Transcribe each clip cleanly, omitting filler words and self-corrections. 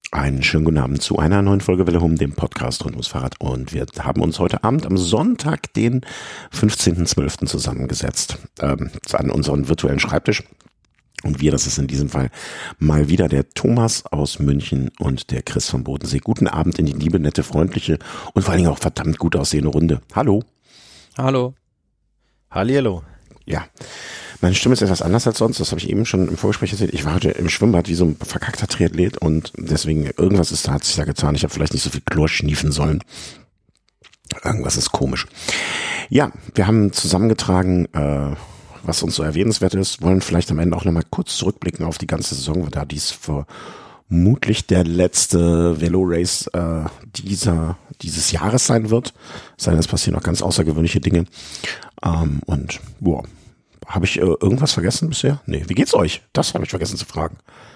Einen schönen guten Abend zu einer neuen Folge Welle Hum, dem Podcast rund ums Fahrrad. Und wir haben uns heute Abend am Sonntag, den 15.12. zusammengesetzt, an unseren virtuellen Schreibtisch. Und wir, das ist in diesem Fall mal wieder der Thomas aus München und der Chris vom Bodensee. Guten Abend in die liebe, nette, freundliche und vor allen Dingen auch verdammt gut aussehende Runde. Hallo. Hallo. Hallihallo. Ja. Meine Stimme ist etwas anders als sonst, das habe ich eben schon im Vorgespräch erzählt. Ich war heute im Schwimmbad wie so ein verkackter Triathlet und deswegen hat sich da getan. Ich habe vielleicht nicht so viel Chlor schniefen sollen. Irgendwas ist komisch. Ja, wir haben zusammengetragen, was uns so erwähnenswert ist, wollen vielleicht am Ende auch nochmal kurz zurückblicken auf die ganze Saison, da dies vermutlich der letzte Velo-Race dieses Jahres sein wird. Es passieren noch ganz außergewöhnliche Dinge. Und boah. Habe ich irgendwas vergessen bisher? Nee, wie geht's euch? Das habe ich vergessen zu fragen.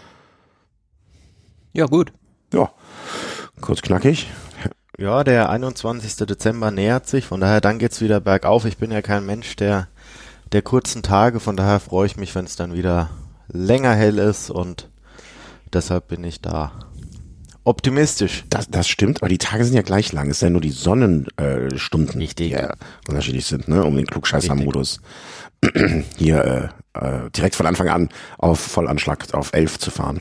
Ja, gut. Ja, kurz knackig. Ja, der 21. Dezember nähert sich, von daher dann geht's wieder bergauf. Ich bin ja kein Mensch der kurzen Tage, von daher freue ich mich, wenn es dann wieder länger hell ist und deshalb bin ich da optimistisch. Das stimmt, aber die Tage sind ja gleich lang. Es sind ja nur die Sonnenstunden, die ja unterschiedlich sind, ne, um den Klugscheißer-Modus hier direkt von Anfang an auf Vollanschlag auf 11 zu fahren.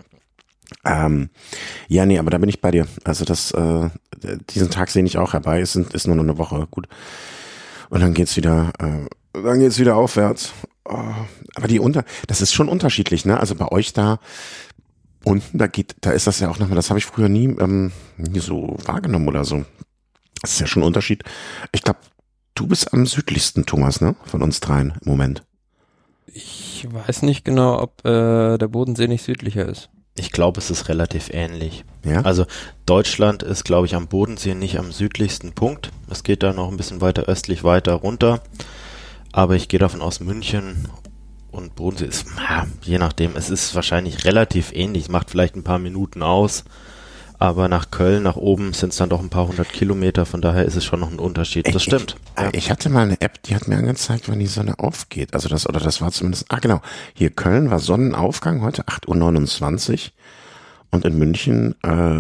Ja, nee, aber da bin ich bei dir. Also diesen Tag sehe ich auch herbei. Es ist nur noch eine Woche, gut. Und dann geht's wieder aufwärts. Oh, aber das ist schon unterschiedlich, ne? Also bei euch da unten, da ist das ja auch nochmal, das habe ich früher nie so wahrgenommen oder so. Das ist ja schon ein Unterschied. Ich glaube, du bist am südlichsten, Thomas, ne? Von uns dreien im Moment. Ich weiß nicht genau, ob der Bodensee nicht südlicher ist. Ich glaube, es ist relativ ähnlich. Ja? Also Deutschland ist, glaube ich, am Bodensee nicht am südlichsten Punkt. Es geht da noch ein bisschen weiter östlich weiter runter. Aber ich gehe davon aus, München und Bodensee ist, je nachdem, es ist wahrscheinlich relativ ähnlich. Es macht vielleicht ein paar Minuten aus. Aber nach Köln, nach oben sind es dann doch ein paar 100 Kilometer, von daher ist es schon noch ein Unterschied. Das stimmt. Ich hatte mal eine App, die hat mir angezeigt, wann die Sonne aufgeht. Also das war zumindest, genau. Hier Köln war Sonnenaufgang heute 8:29 Uhr und in München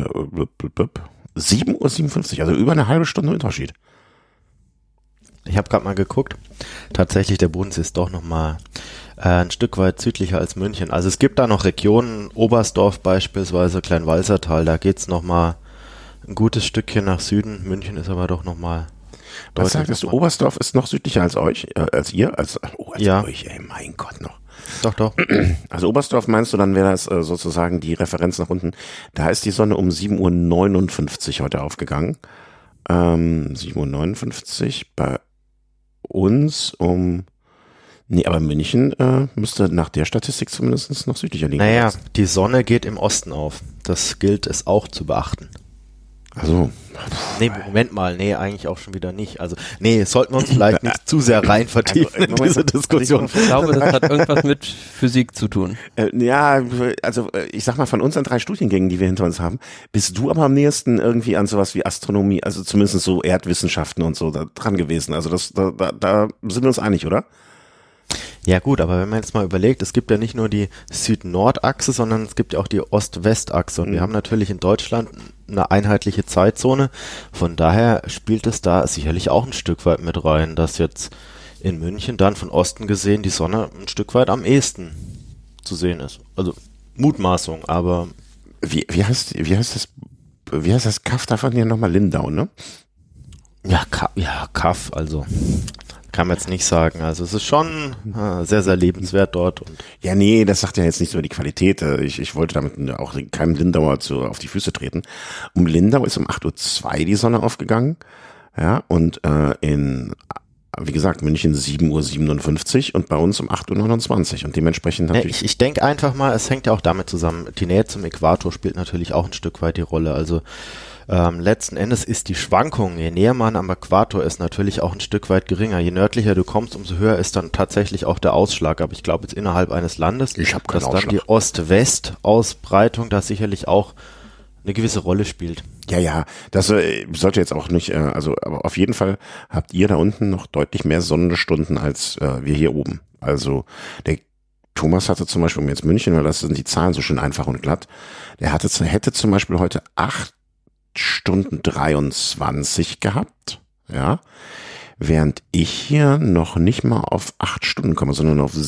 7:57 Uhr, also über eine halbe Stunde Unterschied. Ich habe gerade mal geguckt. Tatsächlich, der Bodensee ist doch nochmal ein Stück weit südlicher als München. Also es gibt da noch Regionen, Oberstdorf beispielsweise, Kleinwalsertal, da geht's nochmal ein gutes Stückchen nach Süden. München ist aber doch nochmal deutlich. Was sagtest du, Oberstdorf ist noch südlicher als euch, als ihr? Als ja. Euch, ey, mein Gott noch. Doch. Also Oberstdorf meinst du, dann wäre das sozusagen die Referenz nach unten. Da ist die Sonne um 7:59 Uhr heute aufgegangen. 7:59 Uhr bei uns Nee, aber München müsste nach der Statistik zumindest noch südlicher liegen. Naja, die Sonne geht im Osten auf. Das gilt es auch zu beachten. Also. Nee, Moment mal, nee, eigentlich auch schon wieder nicht. Also, nee, sollten wir uns vielleicht nicht zu sehr rein vertiefen in diese Diskussion. Ich glaube, das hat irgendwas mit Physik zu tun. Ja, also ich sag mal, von unseren 3 Studiengängen, die wir hinter uns haben, bist du aber am nächsten irgendwie an sowas wie Astronomie, also zumindest so Erdwissenschaften und so da dran gewesen. Also da sind wir uns einig, oder? Ja gut, aber wenn man jetzt mal überlegt, es gibt ja nicht nur die Süd-Nord-Achse, sondern es gibt ja auch die Ost-West-Achse und wir haben natürlich in Deutschland eine einheitliche Zeitzone, von daher spielt es da sicherlich auch ein Stück weit mit rein, dass jetzt in München dann von Osten gesehen die Sonne ein Stück weit am ehesten zu sehen ist. Also Mutmaßung, aber... Wie heißt das Kaff davon hier nochmal? Lindau, ne? Ja, Kaff, also... Kann man jetzt nicht sagen. Also es ist schon sehr, sehr lebenswert dort. Und ja, nee, das sagt ja jetzt nichts über die Qualität. Ich wollte damit auch keinem Lindauer auf die Füße treten. Um Lindau ist um 8:02 Uhr die Sonne aufgegangen. Ja, und wie gesagt, München 7:57 Uhr und bei uns um 8:29 Uhr und dementsprechend natürlich. Ich denke einfach mal, es hängt ja auch damit zusammen. Die Nähe zum Äquator spielt natürlich auch ein Stück weit die Rolle. Also letzten Endes ist die Schwankung, je näher man am Äquator ist, natürlich auch ein Stück weit geringer. Je nördlicher du kommst, umso höher ist dann tatsächlich auch der Ausschlag. Aber ich glaube jetzt innerhalb eines Landes, dass dann die Ost-West-Ausbreitung da sicherlich auch eine gewisse Rolle spielt. Ja, das sollte jetzt auch nicht, aber auf jeden Fall habt ihr da unten noch deutlich mehr Sonnenstunden als wir hier oben. Also der Thomas hatte zum Beispiel, um jetzt München, weil das sind die Zahlen so schön einfach und glatt, hätte zum Beispiel heute 8 Stunden 23 gehabt, ja, während ich hier noch nicht mal auf 8 Stunden komme, sondern auf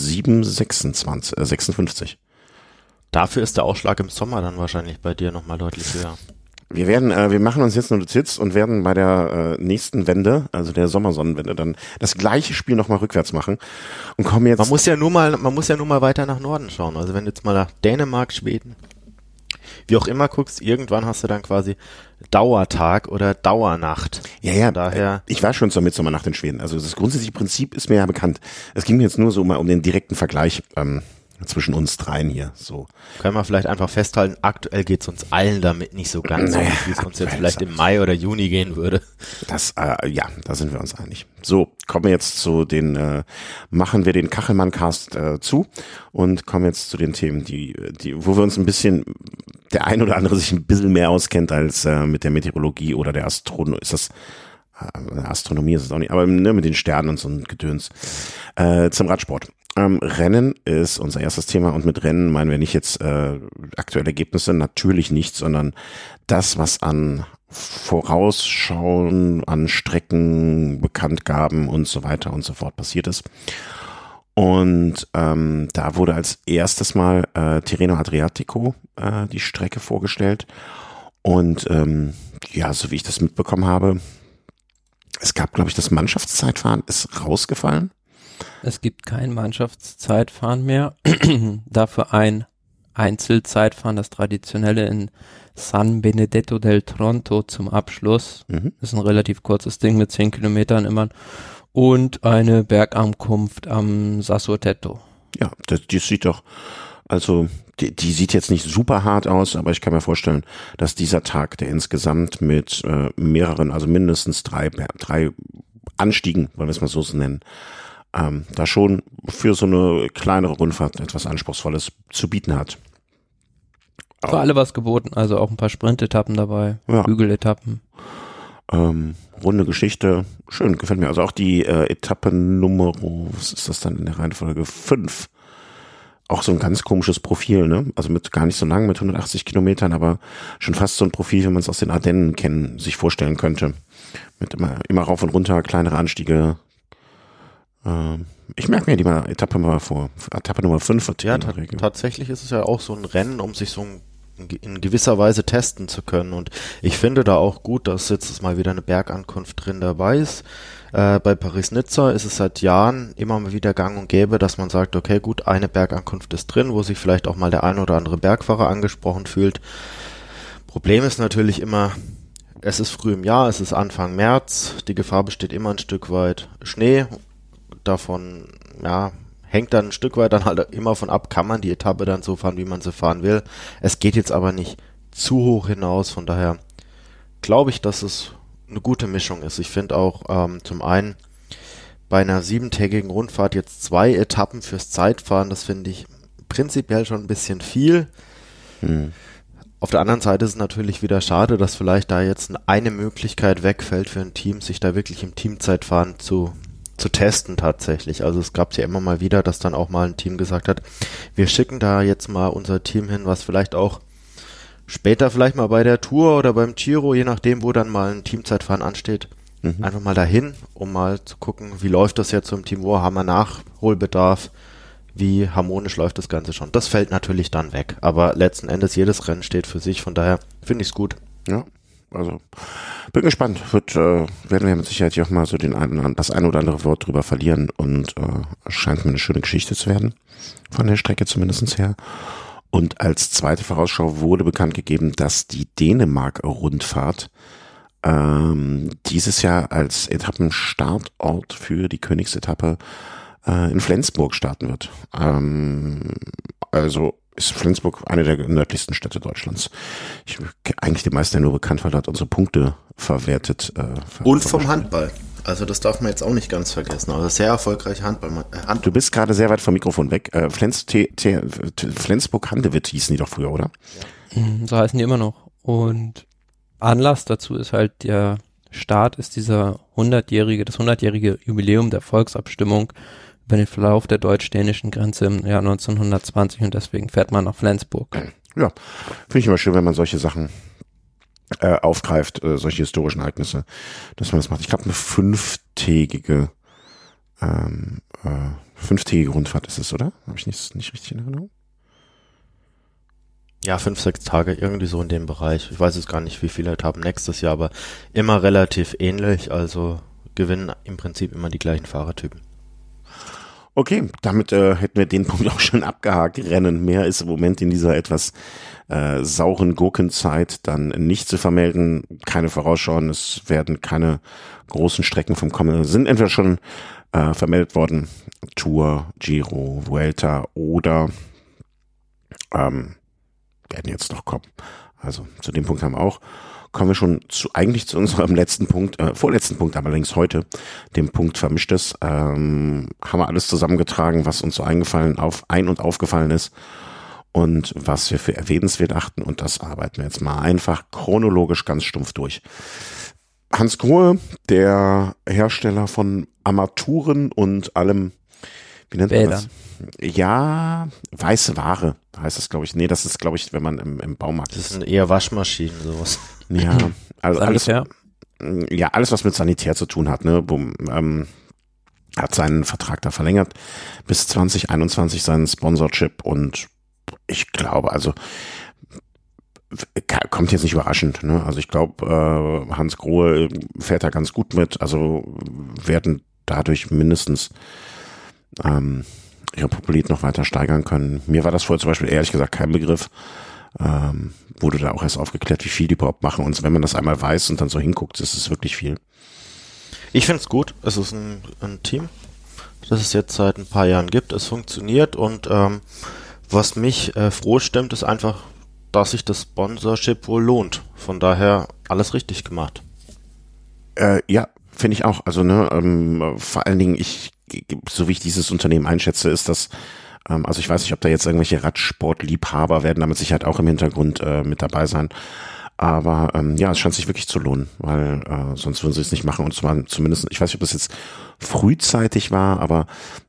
56. Dafür ist der Ausschlag im Sommer dann wahrscheinlich bei dir nochmal deutlich höher. Wir machen uns jetzt eine Notiz und werden bei der nächsten Wende, also der Sommersonnenwende, dann das gleiche Spiel nochmal rückwärts machen und kommen jetzt. Man muss ja nur mal weiter nach Norden schauen. Also wenn du jetzt mal nach Dänemark, Schweden, wie auch immer guckst, irgendwann hast du dann quasi Dauertag oder Dauernacht. Ja, daher. Ich war schon zur Mitsommernacht in Schweden. Also das grundsätzliche Prinzip ist mir ja bekannt. Es ging mir jetzt nur so mal um den direkten Vergleich zwischen uns dreien hier. So. Können wir vielleicht einfach festhalten, aktuell geht's uns allen damit nicht so ganz so, wie es uns jetzt vielleicht im Mai oder Juni gehen würde. Das, ja, da sind wir uns einig. So, kommen wir jetzt zu den, machen wir den Kachelmann-Cast zu und kommen jetzt zu den Themen, wo wir uns ein bisschen, der ein oder andere sich ein bisschen mehr auskennt als mit der Meteorologie oder der Astronomie. Astronomie ist es auch nicht, aber mit den Sternen und so ein Gedöns. Zum Radsport. Rennen ist unser erstes Thema und mit Rennen meinen wir nicht jetzt aktuelle Ergebnisse, natürlich nicht, sondern das, was an Vorausschauen, an Strecken, Bekanntgaben und so weiter und so fort passiert ist. Und da wurde als erstes Mal Tirreno Adriatico die Strecke vorgestellt und ja, so wie ich das mitbekommen habe, es gab, glaube ich, das Mannschaftszeitfahren ist rausgefallen. Es gibt kein Mannschaftszeitfahren mehr, dafür ein Einzelzeitfahren, das traditionelle in San Benedetto del Tronto zum Abschluss. Das ist ein relativ kurzes Ding mit 10 Kilometern immer und eine Bergankunft am Sasso Tetto. Ja, die sieht doch, also die sieht jetzt nicht super hart aus, aber ich kann mir vorstellen, dass dieser Tag, der insgesamt mit mehreren, also mindestens drei Anstiegen, wollen wir es mal so nennen, da schon für so eine kleinere Rundfahrt etwas Anspruchsvolles zu bieten hat. Für alle was geboten, also auch ein paar Sprintetappen dabei, ja. Hügeletappen. Runde Geschichte, schön, gefällt mir. Also auch die Etappennummer, was ist das dann in der Reihenfolge? 5. Auch so ein ganz komisches Profil, ne? Also mit gar nicht so lang, mit 180 Kilometern, aber schon fast so ein Profil, wie man es aus den Ardennen sich vorstellen könnte. Mit immer rauf und runter, kleinere Anstiege. Ich merke mir die mal Etappe Nummer 5. Ja, tatsächlich ist es ja auch so ein Rennen, um sich so in gewisser Weise testen zu können. Und ich finde da auch gut, dass jetzt mal wieder eine Bergankunft drin dabei ist. Bei Paris-Nizza ist es seit Jahren immer mal wieder gang und gäbe, dass man sagt, okay, gut, eine Bergankunft ist drin, wo sich vielleicht auch mal der ein oder andere Bergfahrer angesprochen fühlt. Problem ist natürlich immer, es ist früh im Jahr, es ist Anfang März, die Gefahr besteht immer ein Stück weit Schnee. Davon, ja, hängt dann ein Stück weit dann halt immer von ab, kann man die Etappe dann so fahren, wie man sie fahren will. Es geht jetzt aber nicht zu hoch hinaus, von daher glaube ich, dass es eine gute Mischung ist. Ich finde auch zum einen bei einer 7-tägigen Rundfahrt jetzt 2 Etappen fürs Zeitfahren, das finde ich prinzipiell schon ein bisschen viel. Auf der anderen Seite ist es natürlich wieder schade, dass vielleicht da jetzt eine Möglichkeit wegfällt für ein Team, sich da wirklich im Teamzeitfahren zu testen tatsächlich. Also es gab es ja immer mal wieder, dass dann auch mal ein Team gesagt hat, wir schicken da jetzt mal unser Team hin, was vielleicht auch später vielleicht mal bei der Tour oder beim Giro, je nachdem, wo dann mal ein Teamzeitfahren ansteht, einfach mal dahin, um mal zu gucken, wie läuft das jetzt so im Team, wo haben wir Nachholbedarf, wie harmonisch läuft das Ganze schon. Das fällt natürlich dann weg, aber letzten Endes jedes Rennen steht für sich, von daher finde ich es gut. Ja. Also bin gespannt. Werden wir mit Sicherheit hier auch mal so das ein oder andere Wort drüber verlieren und scheint mir eine schöne Geschichte zu werden. Von der Strecke zumindest her. Und als zweite Vorausschau wurde bekannt gegeben, dass die Dänemark-Rundfahrt dieses Jahr als Etappenstartort für die Königsetappe in Flensburg starten wird. Also ist Flensburg eine der nördlichsten Städte Deutschlands. Eigentlich die meisten ja nur bekannt, weil dort unsere Punkte verwertet. Und vom Handball. Also das darf man jetzt auch nicht ganz vergessen. Also sehr erfolgreich Handball. Du bist gerade sehr weit vom Mikrofon weg. Flensburg-Handewitt hießen die doch früher, oder? Ja. So heißen die immer noch. Und Anlass dazu ist halt der Start ist das 100-jährige Jubiläum der Volksabstimmung, über den Verlauf der deutsch-dänischen Grenze im Jahr 1920 und deswegen fährt man nach Flensburg. Ja, finde ich immer schön, wenn man solche Sachen aufgreift, solche historischen Ereignisse, dass man das macht. Ich glaube, eine fünftägige Rundfahrt ist es, oder? Habe ich nicht richtig in Erinnerung? Ja, 5-6 Tage, irgendwie so in dem Bereich. Ich weiß jetzt gar nicht, wie viele Etappen nächstes Jahr, aber immer relativ ähnlich, also gewinnen im Prinzip immer die gleichen Fahrertypen. Okay, damit hätten wir den Punkt auch schon abgehakt. Rennen mehr ist im Moment in dieser etwas sauren Gurkenzeit dann nicht zu vermelden. Keine Vorausschauen, es werden keine großen Strecken vom kommenden, sind entweder schon vermeldet worden, Tour, Giro, Vuelta oder werden jetzt noch kommen. Also zu dem Punkt haben wir auch. Kommen wir schon eigentlich zu unserem letzten Punkt, vorletzten Punkt, aber allerdings heute, dem Punkt Vermischtes. Haben wir alles zusammengetragen, was uns so aufgefallen ist und was wir für erwähnenswert achten, und das arbeiten wir jetzt mal einfach chronologisch ganz stumpf durch. Hans Grohe, der Hersteller von Armaturen und allem, wie nennt man das? Ja, weiße Ware heißt das, glaube ich. Nee, das ist, glaube ich, wenn man im Baumarkt ist. Das sind eher Waschmaschinen, sowas. Ja, also Sanitär? alles, was mit Sanitär zu tun hat, ne, hat seinen Vertrag da verlängert bis 2021, seinen Sponsorship, und ich glaube, also kommt jetzt nicht überraschend, ne? Also ich glaube, Hans Grohe fährt da ganz gut mit, also werden dadurch mindestens ihre Popularität noch weiter steigern können. Mir war das vorher zum Beispiel ehrlich gesagt kein Begriff. Wurde da auch erst aufgeklärt, wie viel die überhaupt machen. Und wenn man das einmal weiß und dann so hinguckt, ist es wirklich viel. Ich finde es gut. Es ist ein Team, das es jetzt seit ein paar Jahren gibt. Es funktioniert, und was mich froh stimmt, ist einfach, dass sich das Sponsorship wohl lohnt. Von daher alles richtig gemacht. Ja, finde ich auch. Also vor allen Dingen, so wie ich dieses Unternehmen einschätze, ist das, also ich weiß nicht, ob da jetzt irgendwelche Radsportliebhaber werden, damit Sicherheit auch im Hintergrund mit dabei sein. Aber ja, es scheint sich wirklich zu lohnen, weil sonst würden sie es nicht machen. Und zwar zumindest, ich weiß nicht, ob das jetzt frühzeitig war, aber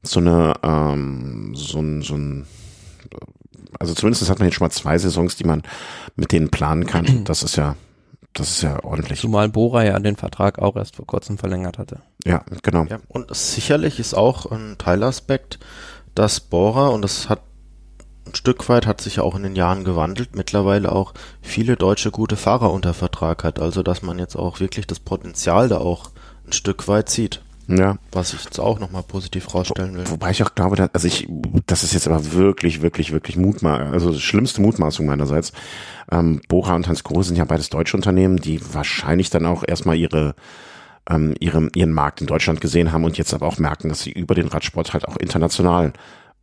also zumindest hat man jetzt schon mal 2 Saisons, die man mit denen planen kann. Das ist ja ordentlich. Zumal Bora ja den Vertrag auch erst vor kurzem verlängert hatte. Ja, genau. Ja, und sicherlich ist auch ein Teilaspekt, dass Bora, und das hat ein Stück weit, hat sich ja auch in den Jahren gewandelt, mittlerweile auch viele deutsche gute Fahrer unter Vertrag hat. Also dass man jetzt auch wirklich das Potenzial da auch ein Stück weit sieht. Ja. Was ich jetzt auch nochmal positiv rausstellen will. Wobei ich auch glaube, das ist jetzt aber wirklich, wirklich, wirklich also schlimmste Mutmaßung meinerseits. Bora und Hans Grohe sind ja beides deutsche Unternehmen, die wahrscheinlich dann auch erstmal ihren Markt in Deutschland gesehen haben und jetzt aber auch merken, dass sie über den Radsport halt auch international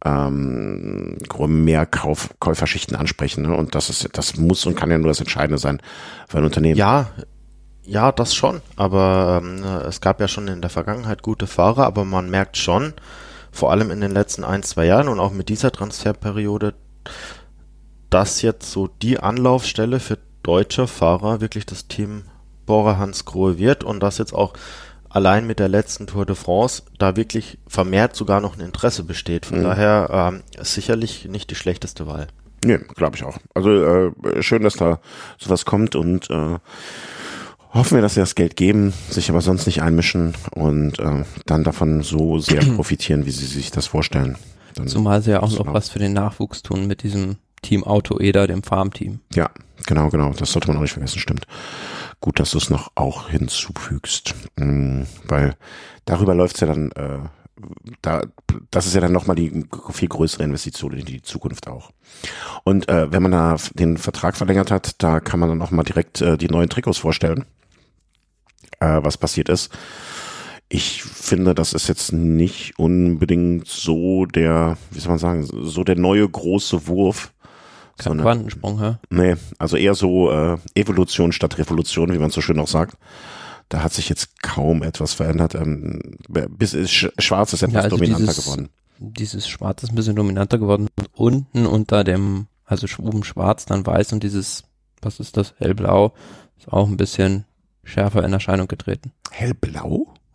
mehr Käuferschichten ansprechen, ne? Und das muss und kann ja nur das Entscheidende sein für ein Unternehmen. Ja, das schon, aber es gab ja schon in der Vergangenheit gute Fahrer, aber man merkt schon, vor allem in den letzten 1-2 Jahren und auch mit dieser Transferperiode, dass jetzt so die Anlaufstelle für deutsche Fahrer wirklich das Team Bora Hans Grohe wird, und dass jetzt auch allein mit der letzten Tour de France da wirklich vermehrt sogar noch ein Interesse besteht. Von daher sicherlich nicht die schlechteste Wahl. Nee, glaube ich auch. Also schön, dass da sowas kommt, und hoffen wir, dass sie das Geld geben, sich aber sonst nicht einmischen und dann davon so sehr profitieren, wie sie sich das vorstellen. Dann zumal sie ja auch noch was für den Nachwuchs tun mit diesem Team Auto Eder, dem Farmteam. Ja, genau. Das sollte man auch nicht vergessen, stimmt. Gut, dass du es noch auch hinzufügst, weil darüber läuft's ja dann, das ist ja dann nochmal die viel größere Investition in die Zukunft auch. Und wenn man da den Vertrag verlängert hat, da kann man dann auch mal direkt die neuen Trikots vorstellen, was passiert ist. Ich finde, das ist jetzt nicht unbedingt so der neue große Wurf. Kein Quantensprung, hä? Nee, also eher so Evolution statt Revolution, wie man so schön auch sagt. Da hat sich jetzt kaum etwas verändert. Schwarz ist etwas dominanter geworden. Dieses Schwarz ist ein bisschen dominanter geworden. Und unten unter dem, also oben schwarz, dann weiß, und dieses, was ist das, hellblau, ist auch ein bisschen schärfer in Erscheinung getreten. Hellblau?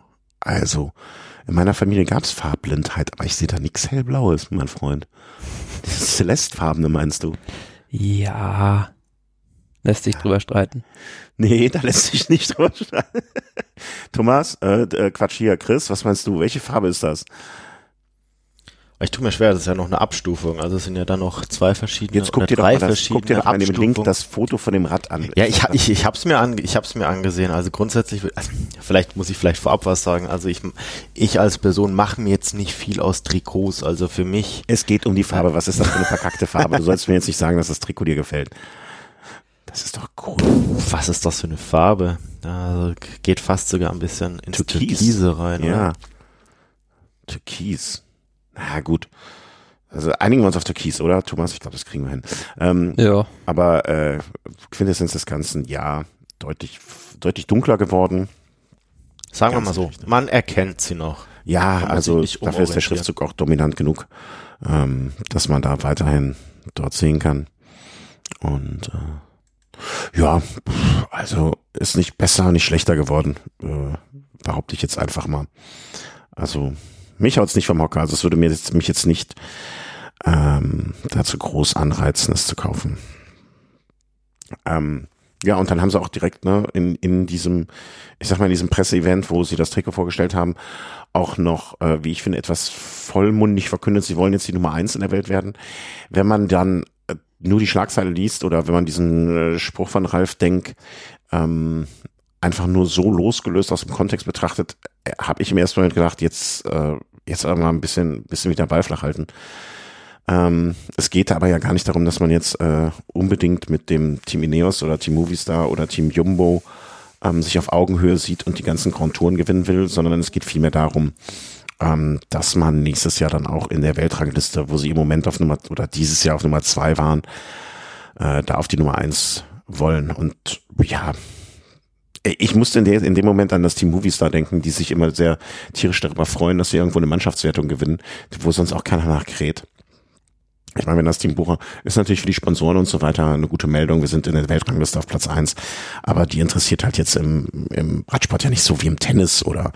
Also, in meiner Familie gab's Farbblindheit, aber ich sehe da nichts Hellblaues, mein Freund. Das Celestfarbene meinst du? Ja, lässt sich drüber streiten. Nee, da lässt sich nicht drüber streiten. Thomas, Quatsch hier, Chris, was meinst du? Welche Farbe ist das? Ich tue mir schwer, das ist ja noch eine Abstufung, also es sind ja dann noch zwei verschiedene, Jetzt guck dir doch mal in dem Link das Foto von dem Rad an. Ja, ich hab's mir angesehen, also grundsätzlich, vielleicht muss ich vorab was sagen, also ich als Person mache mir jetzt nicht viel aus Trikots, also für mich. Es geht um die Farbe, was ist das für eine verkackte Farbe? Du sollst mir jetzt nicht sagen, dass das Trikot dir gefällt. Das ist doch cool. Was ist das für eine Farbe? Also geht fast sogar ein bisschen ins Türkise rein. Ja. Oder? Türkis. Na gut. Also einigen wir uns auf Türkis, oder? Thomas, ich glaube, das kriegen wir hin. Ja. Aber Quintessenz des Ganzen, ja, deutlich dunkler geworden. Sagen wir mal so, man erkennt sie noch. Ja, also dafür ist der Schriftzug auch dominant genug, dass man da weiterhin dort sehen kann. Und ja, also ist nicht besser, nicht schlechter geworden, behaupte ich jetzt einfach mal. Also mich haut's nicht vom Hocker, also es würde mich jetzt nicht dazu groß anreizen, es zu kaufen. Ja, und dann haben sie auch direkt in diesem, ich sag mal, in diesem Presseevent, wo sie das Trikot vorgestellt haben, auch noch, wie ich finde, etwas vollmundig verkündet, sie wollen jetzt die Nummer 1 in der Welt werden. Wenn man dann nur die Schlagzeile liest oder wenn man diesen Spruch von Ralf Denk einfach nur so losgelöst aus dem Kontext betrachtet, habe ich im ersten Moment gedacht, jetzt aber mal ein bisschen wieder Ball flach halten. Es geht aber ja gar nicht darum, dass man jetzt unbedingt mit dem Team Ineos oder Team Movistar oder Team Jumbo sich auf Augenhöhe sieht und die ganzen Grand Touren gewinnen will, sondern es geht vielmehr darum, dass man nächstes Jahr dann auch in der Weltrangliste, wo sie im Moment dieses Jahr auf Nummer 2 waren, da auf die Nummer 1 wollen. Und ja, ich musste in dem Moment an das Team Movistar denken, die sich immer sehr tierisch darüber freuen, dass sie irgendwo eine Mannschaftswertung gewinnen, wo sonst auch keiner nachkräht. Ich meine, wenn das Team Bucher ist natürlich für die Sponsoren und so weiter eine gute Meldung. Wir sind in der Weltrangliste auf Platz 1, aber die interessiert halt jetzt im Radsport ja nicht so wie im Tennis oder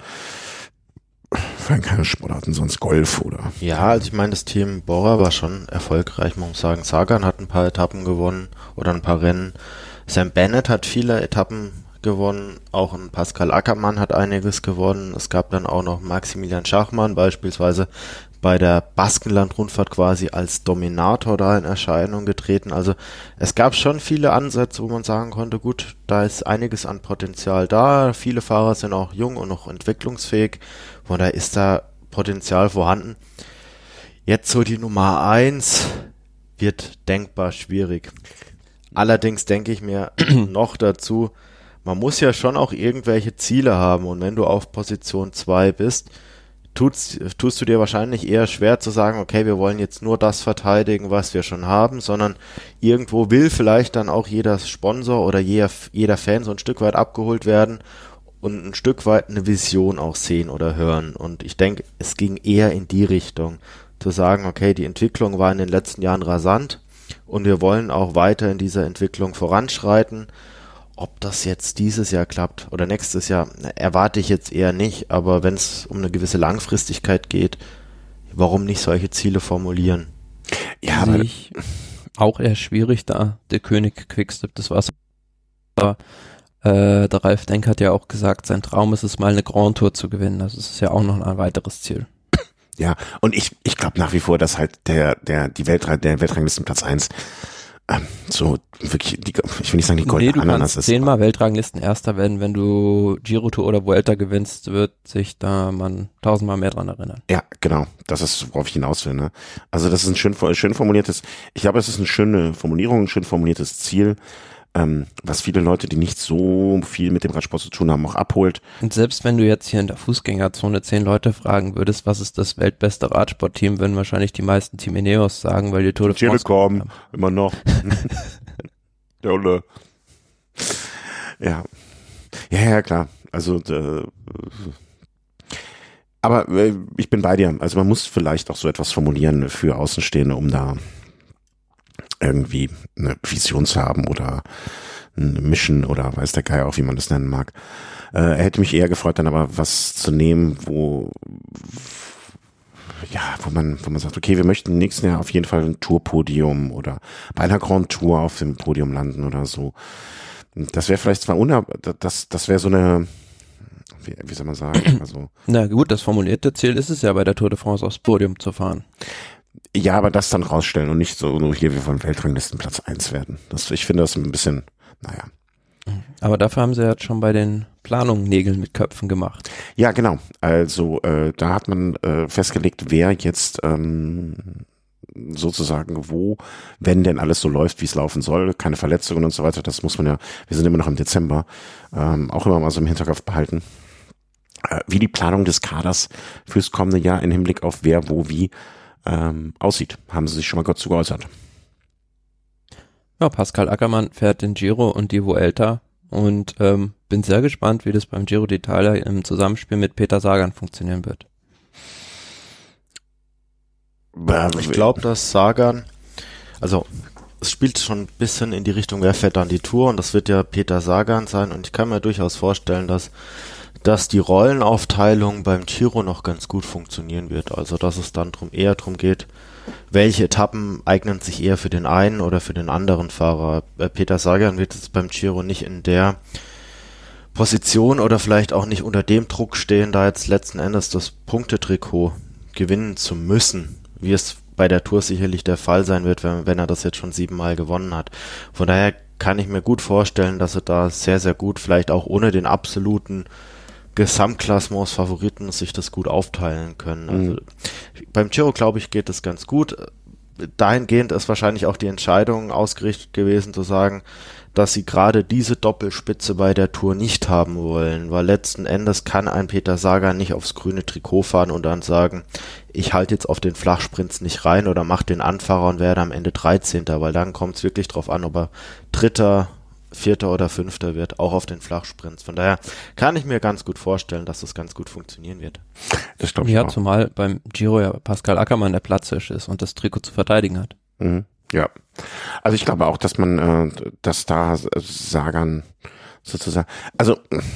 keine Sportarten, sonst Golf oder. Ja, also ich meine, das Team Bora war schon erfolgreich, man muss sagen. Sagan hat ein paar Etappen gewonnen oder ein paar Rennen. Sam Bennett hat viele Etappen gewonnen, auch ein Pascal Ackermann hat einiges gewonnen. Es gab dann auch noch Maximilian Schachmann, beispielsweise bei der Baskenland-Rundfahrt quasi als Dominator da in Erscheinung getreten. Also es gab schon viele Ansätze, wo man sagen konnte, gut, da ist einiges an Potenzial da. Viele Fahrer sind auch jung und noch entwicklungsfähig. Von daher ist da Potenzial vorhanden. Jetzt so die Nummer 1 wird denkbar schwierig. Allerdings denke ich mir noch dazu, man muss ja schon auch irgendwelche Ziele haben. Und wenn du auf Position 2 bist, tust du dir wahrscheinlich eher schwer zu sagen, okay, wir wollen jetzt nur das verteidigen, was wir schon haben, sondern irgendwo will vielleicht dann auch jeder Sponsor oder jeder Fan so ein Stück weit abgeholt werden und ein Stück weit eine Vision auch sehen oder hören. Und ich denke, es ging eher in die Richtung, zu sagen, okay, die Entwicklung war in den letzten Jahren rasant und wir wollen auch weiter in dieser Entwicklung voranschreiten. Ob das jetzt dieses Jahr klappt oder nächstes Jahr, erwarte ich jetzt eher nicht. Aber wenn es um eine gewisse Langfristigkeit geht, warum nicht solche Ziele formulieren? Ja, aber ich auch eher schwierig da. Der König Quickstep, das war's. Aber der Ralf Denk hat ja auch gesagt, sein Traum ist es mal eine Grand Tour zu gewinnen. Also das ist ja auch noch ein weiteres Ziel. Ja, und ich glaube nach wie vor, dass halt der Weltranglistenplatz 1 so wirklich, ich will nicht sagen die goldene Ananas ist. 10-mal Weltranglisten Erster werden, wenn du Giro Tour oder Vuelta gewinnst, wird sich da man 1000-mal mehr dran erinnern. Ja, genau. Das ist, worauf ich hinaus will. Ne? Also das ist ein schön formuliertes, ich glaube, es ist eine schöne Formulierung, ein schön formuliertes Ziel, was viele Leute, die nicht so viel mit dem Radsport zu tun haben, auch abholt. Und selbst wenn du jetzt hier in der Fußgängerzone 10 Leute fragen würdest, was ist das weltbeste Radsportteam, würden wahrscheinlich die meisten Team Ineos sagen, weil die Tour de France Telekom, immer noch. Der Olle. Ja. Ja, klar. Also, aber ich bin bei dir. Also man muss vielleicht auch so etwas formulieren für Außenstehende, um da irgendwie eine Vision zu haben oder Mission oder weiß der Geier auch, wie man das nennen mag. Er hätte mich eher gefreut, dann aber was zu nehmen, wo man sagt, okay, wir möchten im nächsten Jahr auf jeden Fall ein Tourpodium oder bei einer Grand Tour auf dem Podium landen oder so. Das wäre vielleicht zwar das wäre so eine, wie soll man sagen, also. Na gut, das formulierte Ziel ist es ja, bei der Tour de France aufs Podium zu fahren. Ja, aber das dann rausstellen und nicht so nur hier, wir wollen Weltranglistenplatz 1 werden. Ich finde das ein bisschen, naja. Aber dafür haben sie jetzt schon bei den Planungen Nägel mit Köpfen gemacht. Ja, genau. Also da hat man festgelegt, wer jetzt sozusagen wo, wenn denn alles so läuft, wie es laufen soll, keine Verletzungen und so weiter, das muss man ja, wir sind immer noch im Dezember, auch immer mal so im Hinterkopf behalten, wie die Planung des Kaders fürs kommende Jahr im Hinblick auf wer, wo, wie aussieht. Haben sie sich schon mal kurz zu geäußert. Ja, Pascal Ackermann fährt den Giro und die Vuelta und bin sehr gespannt, wie das beim Giro d'Italia im Zusammenspiel mit Peter Sagan funktionieren wird. Ich glaube, dass Sagan, also es spielt schon ein bisschen in die Richtung, wer fährt dann die Tour und das wird ja Peter Sagan sein und ich kann mir durchaus vorstellen, dass die Rollenaufteilung beim Giro noch ganz gut funktionieren wird. Also dass es dann eher darum geht, welche Etappen eignen sich eher für den einen oder für den anderen Fahrer. Peter Sagan wird jetzt beim Giro nicht in der Position oder vielleicht auch nicht unter dem Druck stehen, da jetzt letzten Endes das Punktetrikot gewinnen zu müssen, wie es bei der Tour sicherlich der Fall sein wird, wenn er das jetzt schon 7-mal gewonnen hat. Von daher kann ich mir gut vorstellen, dass er da sehr, sehr gut, vielleicht auch ohne den absoluten Gesamtklassements-Favoriten sich das gut aufteilen können. Also beim Giro, glaube ich, geht es ganz gut. Dahingehend ist wahrscheinlich auch die Entscheidung ausgerichtet gewesen, zu sagen, dass sie gerade diese Doppelspitze bei der Tour nicht haben wollen, weil letzten Endes kann ein Peter Sagan nicht aufs grüne Trikot fahren und dann sagen, ich halte jetzt auf den Flachsprints nicht rein oder mach den Anfahrer und werde am Ende 13., weil dann kommt es wirklich drauf an, ob er Dritter, Vierter oder Fünfter wird, auch auf den Flachsprints. Von daher kann ich mir ganz gut vorstellen, dass das ganz gut funktionieren wird. Das glaube ich ja, auch. Zumal beim Giro ja Pascal Ackermann der Platzhirsch ist und das Trikot zu verteidigen hat. Mhm. Ja, also ich glaube auch, dass man, dass da Sagan sozusagen, also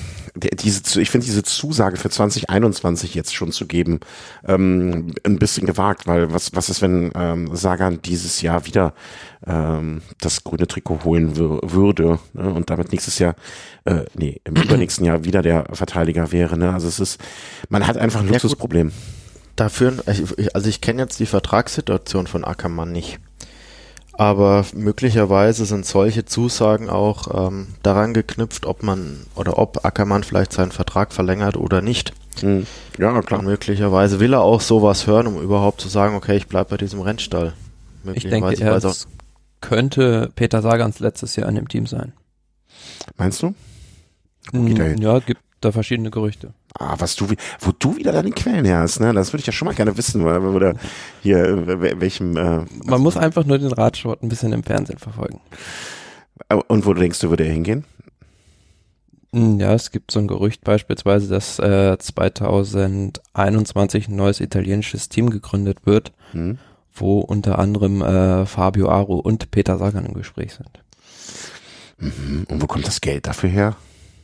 ich finde diese Zusage für 2021 jetzt schon zu geben, ein bisschen gewagt, weil was ist, wenn Sagan dieses Jahr wieder das grüne Trikot holen würde, ne, und damit nächstes Jahr, im übernächsten Jahr wieder der Verteidiger wäre, ne? Also es ist, man hat einfach ein Luxusproblem. Dafür, also ich kenne jetzt die Vertragssituation von Ackermann nicht. Aber möglicherweise sind solche Zusagen auch daran geknüpft, ob Ackermann vielleicht seinen Vertrag verlängert oder nicht. Ja, klar. Und möglicherweise will er auch sowas hören, um überhaupt zu sagen, okay, ich bleibe bei diesem Rennstall. Ich denke, es könnte Peter Sagans letztes Jahr in dem Team sein. Meinst du? Ja, gibt da verschiedene Gerüchte. Wo du wieder deine Quellen her hast, ne? Das würde ich ja schon mal gerne wissen, oder hier, welchem. Man muss einfach nur den Radsport ein bisschen im Fernsehen verfolgen. Und wo du denkst, würde er hingehen? Ja, es gibt so ein Gerücht beispielsweise, dass 2021 ein neues italienisches Team gegründet wird, wo unter anderem Fabio Aru und Peter Sagan im Gespräch sind. Und wo kommt das Geld dafür her?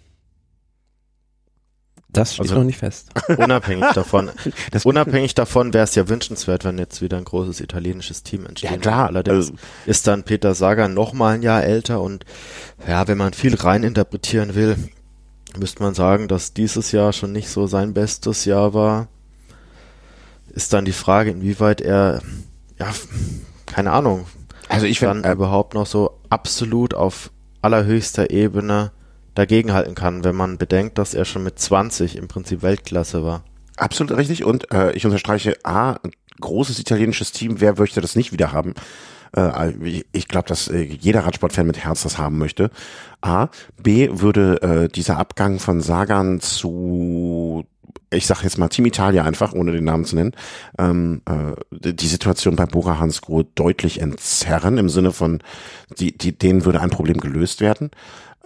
Das steht noch nicht fest. Unabhängig davon wäre es ja wünschenswert, wenn jetzt wieder ein großes italienisches Team entsteht. Ja, klar. Allerdings ist dann Peter Sagan noch mal ein Jahr älter und ja, wenn man viel reininterpretieren will, müsste man sagen, dass dieses Jahr schon nicht so sein bestes Jahr war. Ist dann die Frage, inwieweit er, ja, keine Ahnung, also ich dann überhaupt noch so absolut auf allerhöchster Ebene dagegenhalten kann, wenn man bedenkt, dass er schon mit 20 im Prinzip Weltklasse war. Absolut richtig und ich unterstreiche, ein großes italienisches Team, wer möchte das nicht wieder haben? Ich glaube, dass jeder Radsportfan mit Herz das haben möchte. A. B. würde dieser Abgang von Sagan zu, ich sage jetzt mal Team Italia einfach, ohne den Namen zu nennen, die Situation bei Bora Hansgrohe deutlich entzerren, im Sinne von, denen würde ein Problem gelöst werden.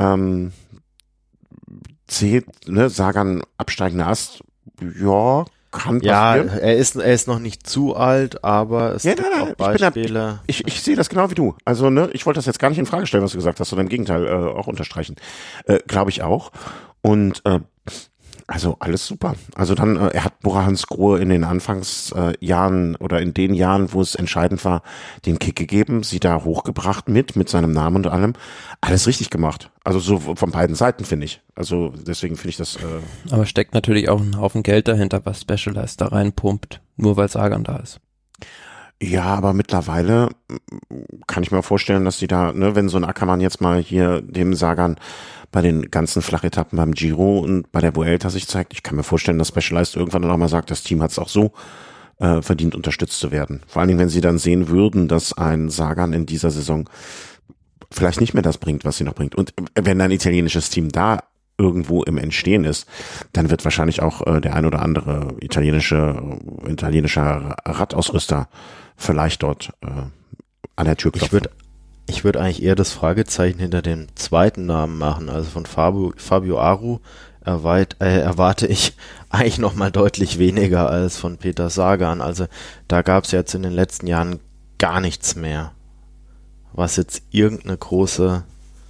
C, ne, Sagan absteigender Ast, ja, kann passieren. Ja, er ist noch nicht zu alt, aber es gibt auch Beispiele. Ich sehe das genau wie du. Also, ne, ich wollte das jetzt gar nicht in Frage stellen, was du gesagt hast, sondern im Gegenteil auch unterstreichen. Glaube ich auch. Und also alles super. Also dann, er hat Bora Hansgrohe in den Anfangsjahren oder in den Jahren, wo es entscheidend war, den Kick gegeben, sie da hochgebracht mit seinem Namen und allem. Alles richtig gemacht. Also so von beiden Seiten, finde ich. Also deswegen finde ich das. Aber steckt natürlich auch ein Haufen Geld dahinter, was Specialized da reinpumpt, nur weil Sagan da ist. Ja, aber mittlerweile kann ich mir vorstellen, dass die da, ne, wenn so ein Ackermann jetzt mal hier dem Sagan bei den ganzen Flachetappen beim Giro und bei der Vuelta sich zeigt, ich kann mir vorstellen, dass Specialized irgendwann dann auch mal sagt, das Team hat es auch so verdient, unterstützt zu werden. Vor allen Dingen, wenn sie dann sehen würden, dass ein Sagan in dieser Saison vielleicht nicht mehr das bringt, was sie noch bringt. Und wenn ein italienisches Team da irgendwo im Entstehen ist, dann wird wahrscheinlich auch der ein oder andere italienischer Radausrüster vielleicht dort an der Tür klopfen. Ich würde eigentlich eher das Fragezeichen hinter dem zweiten Namen machen. Also von Fabio Aru erwarte ich eigentlich noch mal deutlich weniger als von Peter Sagan. Also da gab es jetzt in den letzten Jahren gar nichts mehr, was jetzt irgendeine große,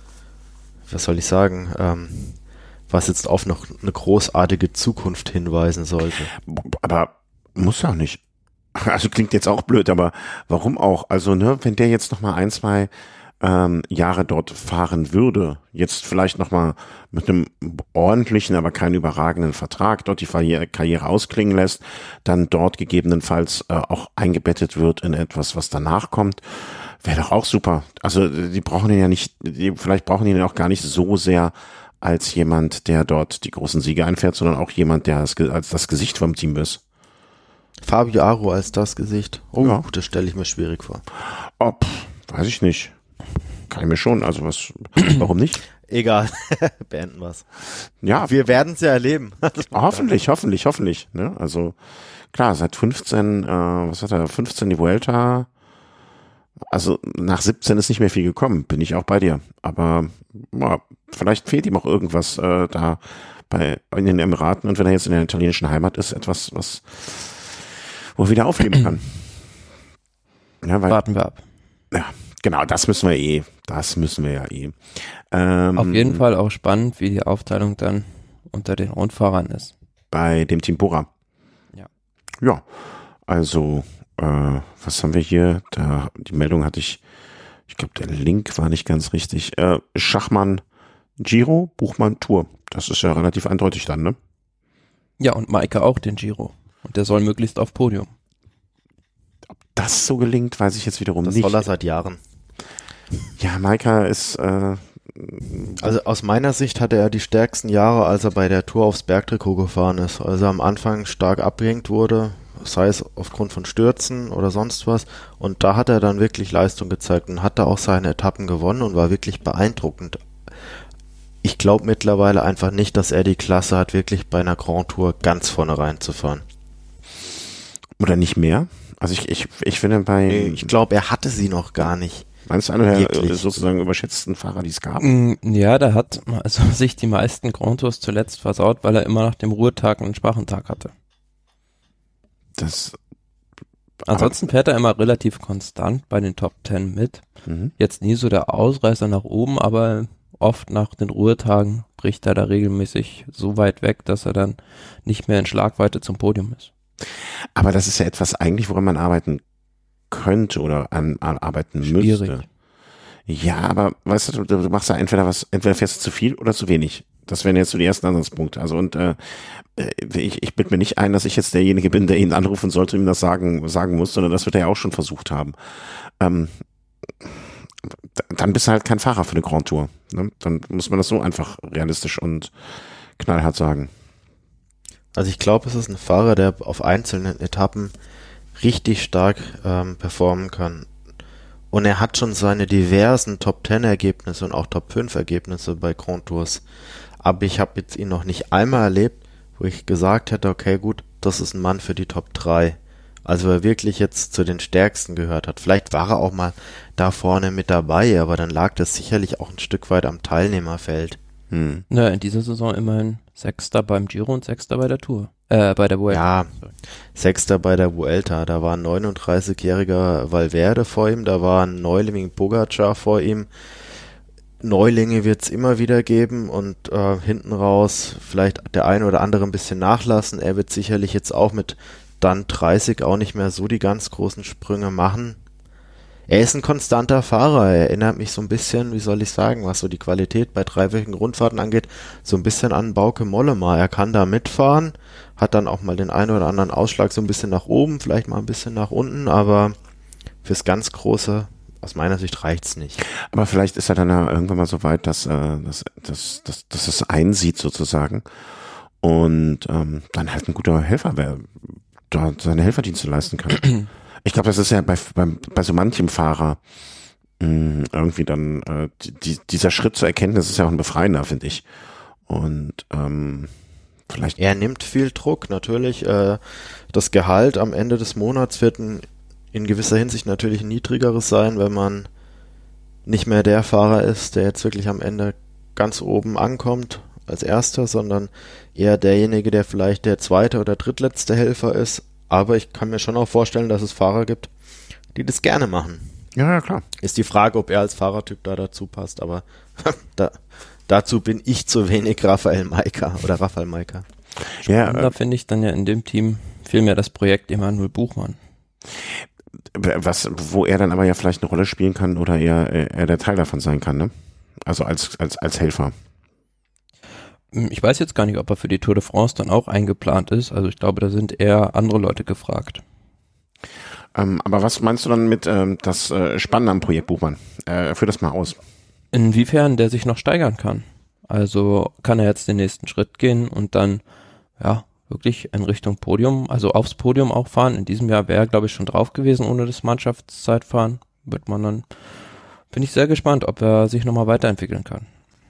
was soll ich sagen, was jetzt auf noch eine großartige Zukunft hinweisen sollte. Aber muss auch nicht. Also klingt jetzt auch blöd, aber warum auch? Also, ne, wenn der jetzt noch mal 1, 2 Jahre dort fahren würde, jetzt vielleicht noch mal mit einem ordentlichen, aber keinen überragenden Vertrag dort die Karriere ausklingen lässt, dann dort gegebenenfalls auch eingebettet wird in etwas, was danach kommt, wäre doch auch super. Also, vielleicht brauchen ihn ja auch gar nicht so sehr als jemand, der dort die großen Siege einfährt, sondern auch jemand, der als das Gesicht vom Team ist. Fabio Aru als das Gesicht? Oh, ja. Das stelle ich mir schwierig vor. Oh, weiß ich nicht. Kann ich mir schon. Also warum nicht? Egal. Beenden wir's. Ja. Wir werden es ja erleben. Hoffentlich. Ne? Also klar, seit 15, 15 die Vuelta. Also nach 17 ist nicht mehr viel gekommen, bin ich auch bei dir. Aber vielleicht fehlt ihm auch irgendwas da in den Emiraten, und wenn er jetzt in der italienischen Heimat ist, etwas, wo er wieder aufleben kann. Ja, Warten wir ab. Ja, genau, das müssen wir ja eh. Auf jeden Fall auch spannend, wie die Aufteilung dann unter den Rundfahrern ist. Bei dem Team Bora. Ja. Ja, also was haben wir hier? Die Meldung hatte ich glaube, der Link war nicht ganz richtig. Schachmann Giro, Buchmann Tour. Das ist ja relativ eindeutig dann, ne? Ja, und Maika auch den Giro. Und der soll möglichst auf Podium. Ob das so gelingt, weiß ich jetzt wiederum nicht. Das soll er seit Jahren. Ja, Maika ist also aus meiner Sicht hatte er die stärksten Jahre, als er bei der Tour aufs Bergtrikot gefahren ist. Als er am Anfang stark abgehängt wurde, sei es aufgrund von Stürzen oder sonst was. Und da hat er dann wirklich Leistung gezeigt und hat da auch seine Etappen gewonnen und war wirklich beeindruckend. Ich glaube mittlerweile einfach nicht, dass er die Klasse hat, wirklich bei einer Grand Tour ganz vorne reinzufahren. Oder nicht mehr? Also ich finde ich glaube, er hatte sie noch gar nicht. Meinst du einer der sozusagen überschätzten Fahrer, die es gab? Ja, der hat also sich die meisten Grand Tours zuletzt versaut, weil er immer nach dem Ruhetag einen schwachen Tag hatte. Ansonsten fährt er immer relativ konstant bei den Top 10 mit. Jetzt nie so der Ausreißer nach oben, aber oft nach den Ruhetagen bricht er da regelmäßig so weit weg, dass er dann nicht mehr in Schlagweite zum Podium ist. Aber das ist ja etwas eigentlich, woran man arbeiten könnte oder arbeiten Schwierig. Müsste. Ja, aber weißt du machst ja entweder fährst du zu viel oder zu wenig. Das wären jetzt so die ersten Ansatzpunkte. Also und ich bitte mir nicht ein, dass ich jetzt derjenige bin, der ihn anrufen sollte und ihm das sagen muss, sondern das wird er ja auch schon versucht haben. Dann bist du halt kein Fahrer für eine Grand Tour. Ne? Dann muss man das so einfach realistisch und knallhart sagen. Also ich glaube, es ist ein Fahrer, der auf einzelnen Etappen richtig stark performen kann. Und er hat schon seine diversen Top-10-Ergebnisse und auch Top-5-Ergebnisse bei Grand Tours. Aber ich habe jetzt ihn noch nicht einmal erlebt, wo ich gesagt hätte, okay, gut, das ist ein Mann für die Top 3. Also wer wirklich jetzt zu den Stärksten gehört hat. Vielleicht war er auch mal da vorne mit dabei, aber dann lag das sicherlich auch ein Stück weit am Teilnehmerfeld. Na, in dieser Saison immerhin Sechster beim Giro und Sechster bei der Tour. Bei der Vuelta. Ja, Sechster bei der Vuelta. Da war ein 39-jähriger Valverde vor ihm, da war ein Neuling Pogacar vor ihm. Neulinge wird es immer wieder geben und hinten raus vielleicht der eine oder andere ein bisschen nachlassen. Er wird sicherlich jetzt auch mit dann 30 auch nicht mehr so die ganz großen Sprünge machen. Er ist ein konstanter Fahrer, er erinnert mich so ein bisschen, wie soll ich sagen, was so die Qualität bei dreiwöchigen Rundfahrten angeht, so ein bisschen an Bauke Mollema. Er kann da mitfahren, hat dann auch mal den einen oder anderen Ausschlag so ein bisschen nach oben, vielleicht mal ein bisschen nach unten, aber fürs ganz Große, aus meiner Sicht, reicht's nicht. Aber vielleicht ist er dann ja irgendwann mal so weit, dass es einsieht sozusagen und dann halt ein guter Helfer wäre, da seine Helferdienste leisten kann. Ich glaube, das ist ja bei so manchem Fahrer irgendwie dann dieser Schritt zur Erkenntnis ist ja auch ein befreiender, finde ich. Und vielleicht. Er nimmt viel Druck, natürlich. Das Gehalt am Ende des Monats wird in gewisser Hinsicht natürlich ein niedrigeres sein, wenn man nicht mehr der Fahrer ist, der jetzt wirklich am Ende ganz oben ankommt als Erster, sondern eher derjenige, der vielleicht der zweite oder drittletzte Helfer ist. Aber ich kann mir schon auch vorstellen, dass es Fahrer gibt, die das gerne machen. Ja, klar. Ist die Frage, ob er als Fahrertyp da dazu passt, aber dazu bin ich zu wenig Raphael Majka. Da finde ich dann ja in dem Team vielmehr das Projekt Emanuel Buchmann. Wo er dann aber ja vielleicht eine Rolle spielen kann oder er der Teil davon sein kann, ne? Also als Helfer. Ich weiß jetzt gar nicht, ob er für die Tour de France dann auch eingeplant ist. Also ich glaube, da sind eher andere Leute gefragt. Aber was meinst du dann mit das Spannende am Projekt Buchmann? Führ das mal aus. Inwiefern der sich noch steigern kann. Also kann er jetzt den nächsten Schritt gehen und dann ja wirklich in Richtung Podium, also aufs Podium auch fahren. In diesem Jahr wäre er, glaube ich, schon drauf gewesen ohne das Mannschaftszeitfahren. Bin ich sehr gespannt, ob er sich nochmal weiterentwickeln kann.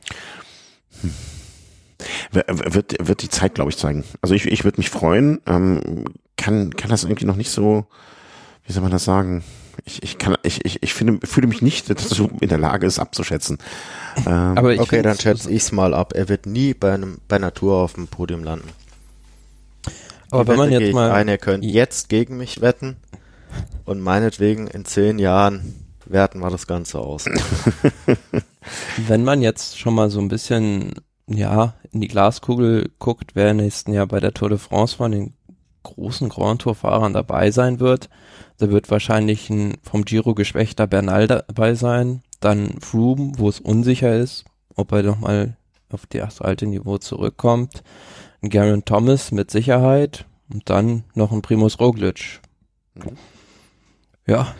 Wird die Zeit, glaube ich, zeigen. Also ich würde mich freuen, kann das irgendwie noch nicht so, wie soll man das sagen? Ich fühle mich nicht dazu in der Lage, es abzuschätzen. Aber okay, dann schätze ich es mal ab. Er wird nie bei einer Tour auf dem Podium landen. Aber wenn man jetzt mal ihr könnt jetzt gegen mich wetten und meinetwegen in 10 Jahren werten wir das Ganze aus. Wenn man jetzt schon mal so ein bisschen in die Glaskugel guckt, wer im nächsten Jahr bei der Tour de France von den großen Grand Tour-Fahrern dabei sein wird, da wird wahrscheinlich ein vom Giro geschwächter Bernal dabei sein, dann Froome, wo es unsicher ist, ob er nochmal auf das alte Niveau zurückkommt, ein Geraint Thomas mit Sicherheit und dann noch ein Primož Roglič. Ja,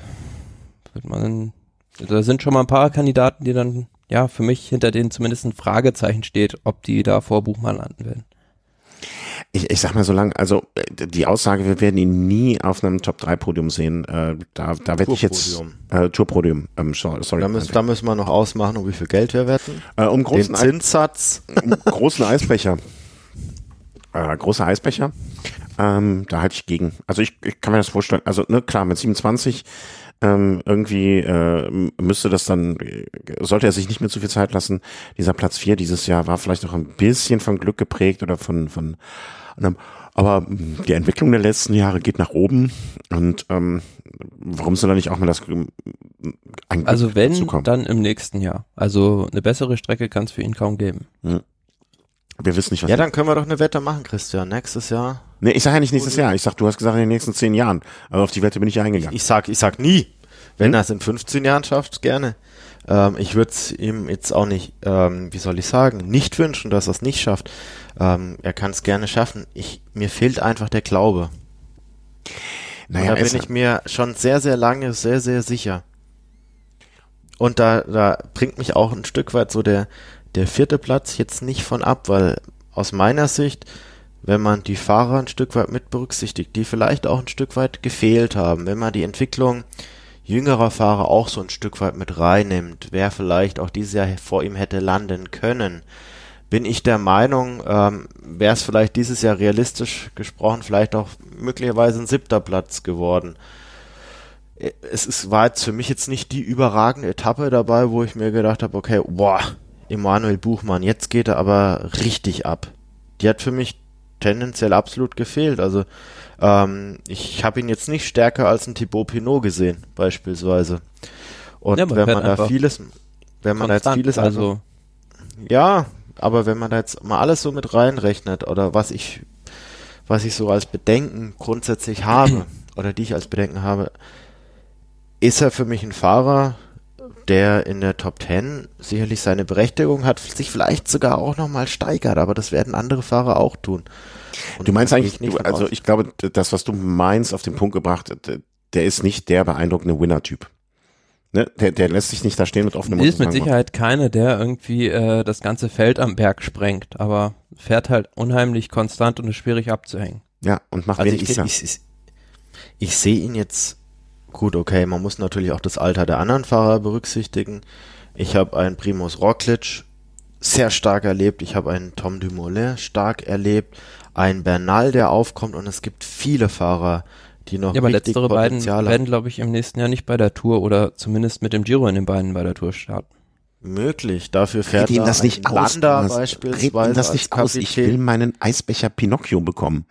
da sind schon mal ein paar Kandidaten, die dann für mich hinter denen zumindest ein Fragezeichen steht, ob die da vor Buchmann landen werden. Ich sag mal so lang, also die Aussage, wir werden ihn nie auf einem Top-3-Podium sehen, da wette ich jetzt Tour-Podium, sorry. Da müssen wir noch ausmachen, um wie viel Geld wir wetten. Den Zinssatz. Großen Eisbecher. Großer Eisbecher. Da halte ich gegen. Also ich kann mir das vorstellen, also klar, mit 27 irgendwie müsste das dann, sollte er sich nicht mehr zu viel Zeit lassen. Dieser Platz 4 dieses Jahr war vielleicht auch ein bisschen von Glück geprägt oder von aber die Entwicklung der letzten Jahre geht nach oben und warum soll da nicht auch mal das also wenn, dazukommen? Dann im nächsten Jahr. Also eine bessere Strecke kann es für ihn kaum geben. Wir wissen nicht, was. Ja, dann können wir doch eine Wette machen, Christian. Nächstes Jahr. Nee, ich sage ja nicht nächstes Jahr. Ich sag, du hast gesagt in den nächsten 10 Jahren. Aber auf die Wette bin ich ja eingegangen. Ich sag nie. Wenn er es in 15 Jahren schafft, gerne. Ich würde es ihm jetzt auch nicht, nicht wünschen, dass er es nicht schafft. Er kann es gerne schaffen. Mir fehlt einfach der Glaube. Da bin ich mir schon sehr, sehr lange sehr, sehr sicher. Und da bringt mich auch ein Stück weit so der 4. Platz jetzt nicht von ab, weil aus meiner Sicht, wenn man die Fahrer ein Stück weit mit berücksichtigt, die vielleicht auch ein Stück weit gefehlt haben, wenn man die Entwicklung jüngerer Fahrer auch so ein Stück weit mit reinnimmt, wer vielleicht auch dieses Jahr vor ihm hätte landen können, bin ich der Meinung, wäre es vielleicht dieses Jahr realistisch gesprochen vielleicht auch möglicherweise ein 7. Platz geworden. War jetzt für mich jetzt nicht die überragende Etappe dabei, wo ich mir gedacht habe, okay, Emanuel Buchmann. Jetzt geht er aber richtig ab. Die hat für mich tendenziell absolut gefehlt. Also ich habe ihn jetzt nicht stärker als ein Thibaut Pinot gesehen, beispielsweise. Und ja, wenn man da vieles, also ja, aber wenn man da jetzt mal alles so mit reinrechnet oder was ich so als Bedenken grundsätzlich habe oder die ich als Bedenken habe, ist er für mich ein Fahrer, der in der Top 10 sicherlich seine Berechtigung hat, sich vielleicht sogar auch nochmal steigert, aber das werden andere Fahrer auch tun. Und du meinst eigentlich, ich glaube, das, was du meinst, auf den Punkt gebracht, der ist nicht der beeindruckende Winner-Typ. Ne? Der lässt sich nicht da stehen mit offenem Mund. Ist mit Sicherheit keiner, der irgendwie das ganze Feld am Berg sprengt, aber fährt halt unheimlich konstant und ist schwierig abzuhängen. Ja, und macht also wenig Fehler. Ich sehe ihn jetzt, gut, okay, man muss natürlich auch das Alter der anderen Fahrer berücksichtigen. Ich habe einen Primož Roglič sehr stark erlebt, ich habe einen Tom Dumoulin stark erlebt, einen Bernal, der aufkommt, und es gibt viele Fahrer, die noch aber richtig letztere beiden Potenzial haben. werden, glaube ich, im nächsten Jahr nicht bei der Tour oder zumindest mit dem Giro in den beiden bei der Tour starten. Möglich, dafür fährt Red ihm das nicht aus. Landa beispielsweise. Red ihm das nicht aus, ich will meinen Eisbecher Pinocchio bekommen.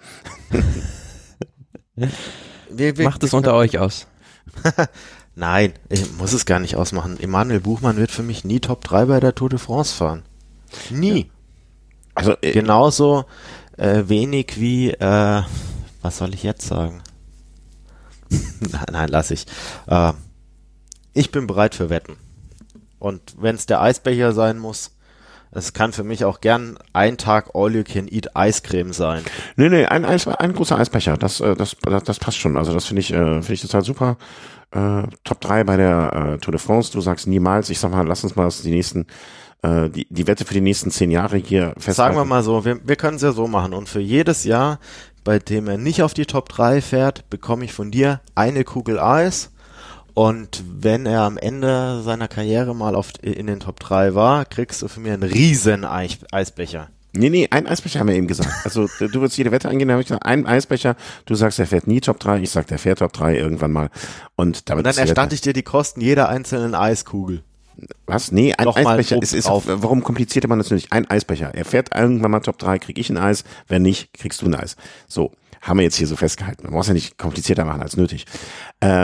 Macht es unter euch aus. Nein, ich muss es gar nicht ausmachen. Emanuel Buchmann wird für mich nie Top 3 bei der Tour de France fahren. Nie. Ja. Also genauso wenig wie, was soll ich jetzt sagen? Nein, lass ich. Ich bin bereit für Wetten. Und wenn es der Eisbecher sein muss, es kann für mich auch gern ein Tag All-You-Can-Eat Eiscreme sein. Nee, ein großer Eisbecher, das passt schon. Also das finde ich total super. Top 3 bei der Tour de France, du sagst niemals. Ich sag mal, lass uns mal die Wette für die nächsten 10 Jahre hier festhalten. Sagen wir mal so, wir können es ja so machen. Und für jedes Jahr, bei dem er nicht auf die Top 3 fährt, bekomme ich von dir eine Kugel Eis. Und wenn er am Ende seiner Karriere mal in den Top 3 war, kriegst du von mir einen riesen Eisbecher. Nee, ein Eisbecher haben wir eben gesagt. Also du würdest jede Wette eingehen, da habe ich gesagt, ein Eisbecher, du sagst, er fährt nie Top 3, ich sag, der fährt Top 3 irgendwann mal. Und dann erstatte ich dir die Kosten jeder einzelnen Eiskugel. Was? Nee, ein Noch Eisbecher. Warum komplizierte man das nicht? Ein Eisbecher. Er fährt irgendwann mal Top 3, krieg ich ein Eis. Wenn nicht, kriegst du ein Eis. So, haben wir jetzt hier so festgehalten. Man muss ja nicht komplizierter machen als nötig. Ja,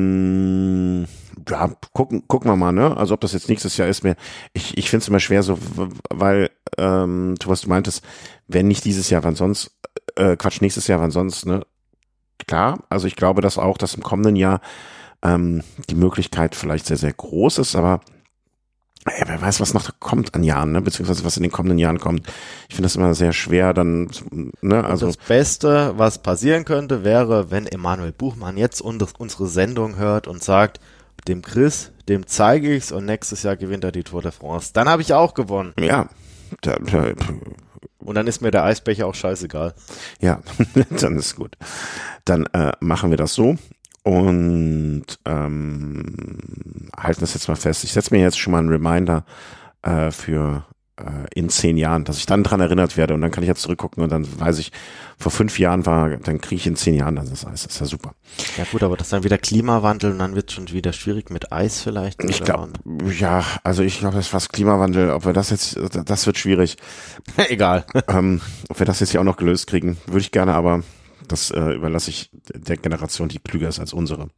gucken wir mal, ne? Also ob das jetzt nächstes Jahr ist, ich finde es immer schwer so, weil, was du meintest, wenn nicht dieses Jahr, wann sonst, nächstes Jahr, wann sonst, ne? Klar, also ich glaube, dass auch, dass im kommenden Jahr die Möglichkeit vielleicht sehr, sehr groß ist, aber wer weiß, was noch kommt an Jahren, ne? Beziehungsweise was in den kommenden Jahren kommt. Ich finde das immer sehr schwer, dann, ne? Also das Beste, was passieren könnte, wäre, wenn Emanuel Buchmann jetzt unsere Sendung hört und sagt, dem Chris, dem zeige ich's und nächstes Jahr gewinnt er die Tour de France. Dann habe ich auch gewonnen. Ja. Und dann ist mir der Eisbecher auch scheißegal. Ja, dann ist gut. Dann machen wir das so. Und halten das jetzt mal fest. Ich setze mir jetzt schon mal einen Reminder für in 10 Jahren, dass ich dann dran erinnert werde und dann kann ich jetzt zurückgucken und dann weiß ich, vor 5 Jahren dann kriege ich in 10 Jahren dann das Eis. Das ist ja super. Ja gut, aber das ist dann wieder Klimawandel und dann wird es schon wieder schwierig mit Eis vielleicht. Ich glaube, das ist fast Klimawandel. Ob wir das wird schwierig. Egal. Ob wir das jetzt hier auch noch gelöst kriegen, würde ich gerne, aber das überlasse ich der Generation, die klüger ist als unsere.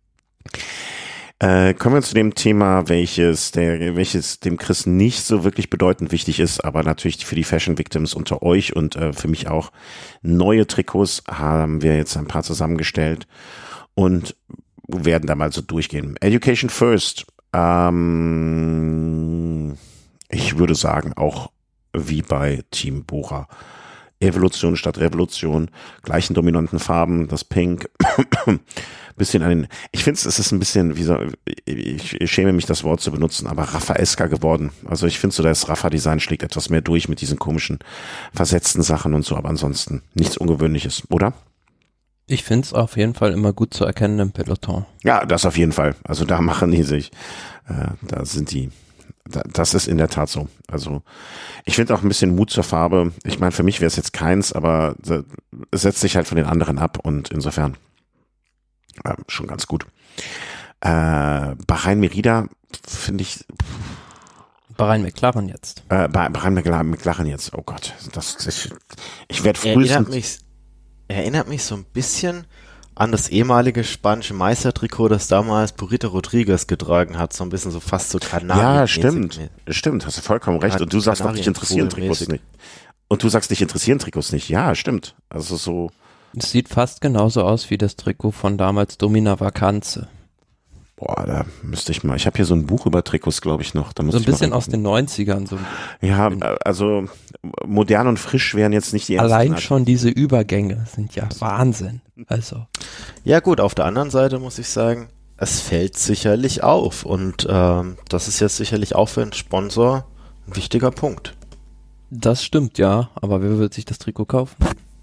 Kommen wir zu dem Thema, welches dem Chris nicht so wirklich bedeutend wichtig ist, aber natürlich für die Fashion Victims unter euch und für mich auch. Neue Trikots haben wir jetzt ein paar zusammengestellt und werden da mal so durchgehen. Education First. Ich würde sagen, auch wie bei Team Bora. Evolution statt Revolution, gleichen dominanten Farben, das Pink, bisschen ich finde es ist ein bisschen, ich schäme mich das Wort zu benutzen, aber Raffaesker geworden. Also ich finde so, das Raffa-Design schlägt etwas mehr durch mit diesen komischen, versetzten Sachen und so, aber ansonsten nichts Ungewöhnliches, oder? Ich finde es auf jeden Fall immer gut zu erkennen im Peloton. Ja, das auf jeden Fall. Also da machen die sich, das ist in der Tat so. Also ich finde auch ein bisschen Mut zur Farbe. Ich meine, für mich wäre es jetzt keins, aber es setzt sich halt von den anderen ab und insofern schon ganz gut. Bahrain Merida finde ich Bahrain McLaren jetzt. Bahrain McLaren jetzt. Oh Gott, ich werde frühestens... Erinnert mich so ein bisschen an das ehemalige spanische Meistertrikot, das damals Purito Rodriguez getragen hat, so ein bisschen so fast so Kanarien. Ja, stimmt, hast du vollkommen recht. Und du sagst doch, dich interessieren Trikots nicht. Und du sagst, dich interessieren Trikots nicht. Ja, stimmt. Also so. Es sieht fast genauso aus wie das Trikot von damals Domina Vacanze. Boah, da müsste ich mal. Ich habe hier so ein Buch über Trikots, glaube ich, noch. Da muss so ein bisschen aus den 90ern. So. Ja, also modern und frisch wären jetzt nicht die ersten. Allein schon diese Übergänge sind ja Wahnsinn. Also. Ja gut, auf der anderen Seite muss ich sagen, es fällt sicherlich auf. Und das ist jetzt sicherlich auch für einen Sponsor ein wichtiger Punkt. Das stimmt, ja. Aber wer wird sich das Trikot kaufen?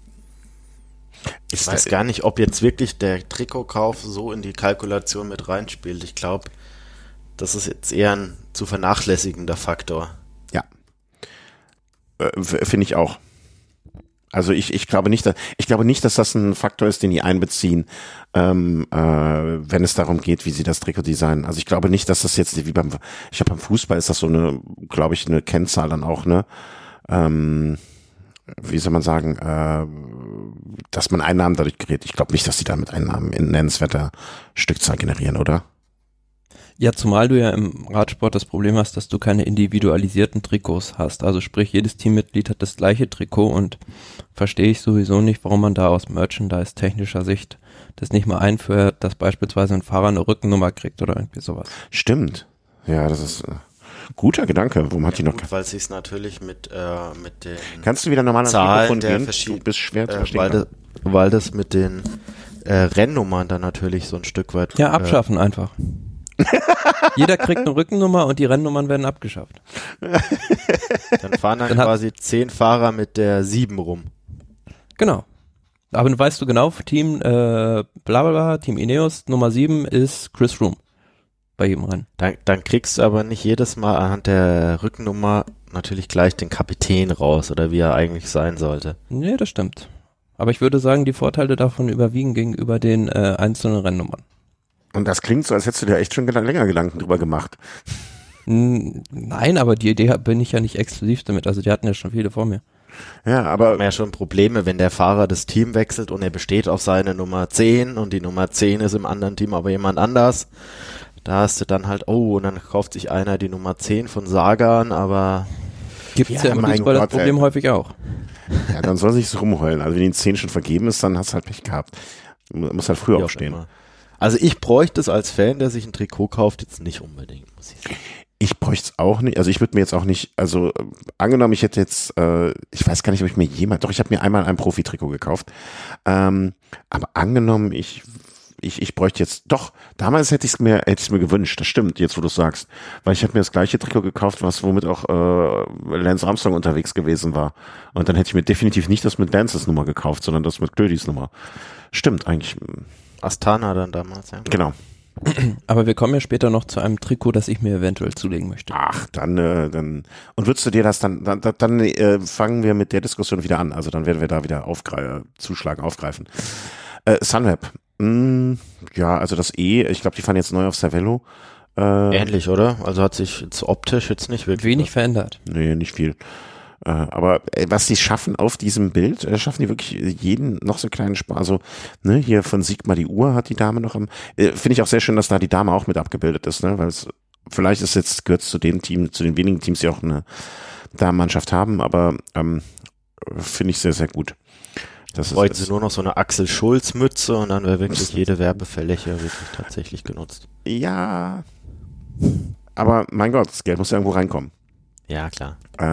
Ich weiß gar nicht, ob jetzt wirklich der Trikotkauf so in die Kalkulation mit reinspielt. Ich glaube, das ist jetzt eher ein zu vernachlässigender Faktor. Ja, finde ich auch. Also ich glaube nicht, dass das ein Faktor ist, den die einbeziehen, wenn es darum geht, wie sie das Trikot designen. Also ich glaube nicht, dass das jetzt wie beim Fußball ist das so eine, glaube ich, eine Kennzahl dann auch, ne? Wie soll man sagen, dass man Einnahmen dadurch gerät. Ich glaube nicht, dass die damit Einnahmen in nennenswerter Stückzahl generieren, oder? Ja, zumal du ja im Radsport das Problem hast, dass du keine individualisierten Trikots hast. Also sprich, jedes Teammitglied hat das gleiche Trikot und verstehe ich sowieso nicht, warum man da aus Merchandise-technischer Sicht das nicht mal einführt, dass beispielsweise ein Fahrer eine Rückennummer kriegt oder irgendwie sowas. Stimmt. Ja, das ist... guter Gedanke. Warum hat die noch? Gut, weil sie es natürlich mit den Kannst du wieder normal ans Zahlen Mikrofon gehen? Du bist schwer zu verstehen. Weil das mit den Rennnummern dann natürlich so ein Stück weit... Ja, abschaffen einfach. Jeder kriegt eine Rückennummer und die Rennnummern werden abgeschafft. Dann fahren dann quasi 10 Fahrer mit der 7 rum. Genau. Aber weißt du genau, Team blablabla, Team Ineos, Nummer 7 ist Chris Froome. Bei jedem Rennen. Dann kriegst du aber nicht jedes Mal anhand der Rückennummer natürlich gleich den Kapitän raus oder wie er eigentlich sein sollte. Nee, das stimmt. Aber ich würde sagen, die Vorteile davon überwiegen gegenüber den einzelnen Rennnummern. Und das klingt so, als hättest du dir echt schon länger Gedanken drüber gemacht. Nein, aber die Idee bin ich ja nicht exklusiv damit. Also die hatten ja schon viele vor mir. Ja, aber... Wir haben ja schon Probleme, wenn der Fahrer das Team wechselt und er besteht auf seine Nummer 10 und die Nummer 10 ist im anderen Team aber jemand anders. Da hast du dann halt, und dann kauft sich einer die Nummer 10 von Sagan, aber... Gibt's ja im Fußball das Problem häufig auch. Ja, dann soll sich's rumheulen. Also wenn die 10 schon vergeben ist, dann hast du halt Pech gehabt. Muss halt früher aufstehen. Also ich bräuchte es als Fan, der sich ein Trikot kauft, jetzt nicht unbedingt, muss ich sagen. Ich bräuchte es auch nicht, also ich würde mir jetzt auch nicht, also angenommen, ich hätte jetzt, ich weiß gar nicht, ob ich mir ich habe mir einmal ein Profi-Trikot gekauft, aber angenommen, ich bräuchte jetzt, doch, damals hätte ich es mir gewünscht, das stimmt, jetzt wo du es sagst, weil ich habe mir das gleiche Trikot gekauft, womit auch Lance Armstrong unterwegs gewesen war, und dann hätte ich mir definitiv nicht das mit Lances Nummer gekauft, sondern das mit Clodys Nummer. Stimmt, eigentlich. Astana dann damals, ja. Genau. Aber wir kommen ja später noch zu einem Trikot, das ich mir eventuell zulegen möchte. Ach, dann und würdest du dir das dann fangen wir mit der Diskussion wieder an. Also dann werden wir da wieder aufgreifen. Sunweb, ja, also das ich glaube, die fahren jetzt neu auf Cervelo. Ähnlich, oder? Also hat sich jetzt optisch jetzt nicht wirklich wenig verändert. Nee, nicht viel. Aber was die schaffen auf diesem Bild, schaffen die wirklich jeden noch so kleinen Spaß. Also, ne, hier von Sigma die Uhr hat die Dame noch finde ich auch sehr schön, dass da die Dame auch mit abgebildet ist, ne, weil es vielleicht gehört zu den wenigen Teams, die auch eine Damenmannschaft haben, aber finde ich sehr, sehr gut. Bräuchten sie nur noch so eine Axel Schulz Mütze und dann wäre wirklich jede Werbefläche wirklich tatsächlich genutzt. Ja, aber mein Gott, das Geld muss ja irgendwo reinkommen. Ja, klar.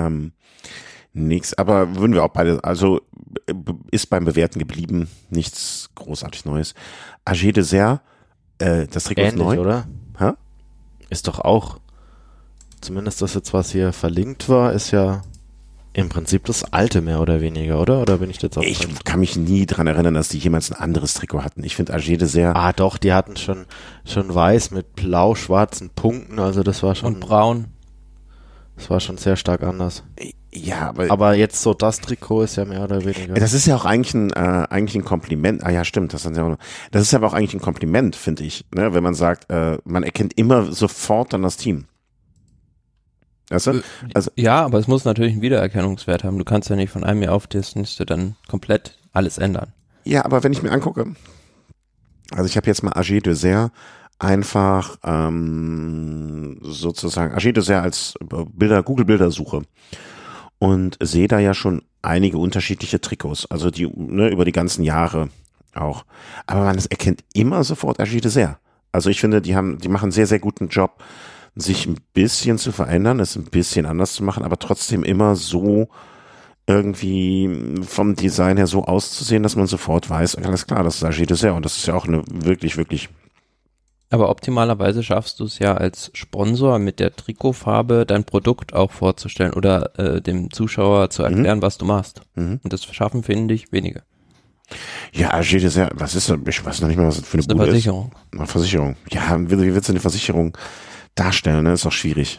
Aber würden wir auch beide, also ist beim Bewerten geblieben, nichts großartig Neues. AG Dessert, das Trikot ist neu, oder? Hä? Ist doch auch, zumindest das jetzt, was hier verlinkt war, ist ja im Prinzip das alte mehr oder weniger, oder? Oder bin ich jetzt auch... Ich kann mich nie dran erinnern, dass die jemals ein anderes Trikot hatten. Ich finde AG Dessert... Ah doch, die hatten schon weiß mit blau-schwarzen Punkten, also das war schon... Und braun. Das war schon sehr stark anders. Ja, aber jetzt so das Trikot ist ja mehr oder weniger. Das ist ja auch eigentlich ein Kompliment. Ah ja, stimmt. Das ist aber auch eigentlich ein Kompliment, finde ich, ne? Wenn man sagt, man erkennt immer sofort dann das Team. Weißt du? Also, ja, aber es muss natürlich einen Wiedererkennungswert haben. Du kannst ja nicht von einem Jahr auf das nächste dann komplett alles ändern. ja, aber wenn ich mir angucke, also ich habe jetzt mal Agé Dessert einfach sozusagen Agé Dessert als Google-Bildersuche und sehe da ja schon einige unterschiedliche Trikots, also die über die ganzen Jahre auch. Aber man erkennt immer sofort Agé Dessert. Also ich finde, die machen einen sehr, sehr guten Job, sich ein bisschen zu verändern, es ein bisschen anders zu machen, aber trotzdem immer so irgendwie vom Design her so auszusehen, dass man sofort weiß, alles klar, das ist Agé Dessert und das ist ja auch eine wirklich, wirklich. Aber optimalerweise schaffst du es ja als Sponsor mit der Trikotfarbe dein Produkt auch vorzustellen oder dem Zuschauer zu erklären, was du machst. Und das schaffen, finde ich, wenige. Ja, Agé Dessert, was ist das? Ich weiß noch nicht mal, was das für eine Bude ist. Eine Versicherung. Ja, wie willst du eine Versicherung darstellen, ne? Ist doch schwierig.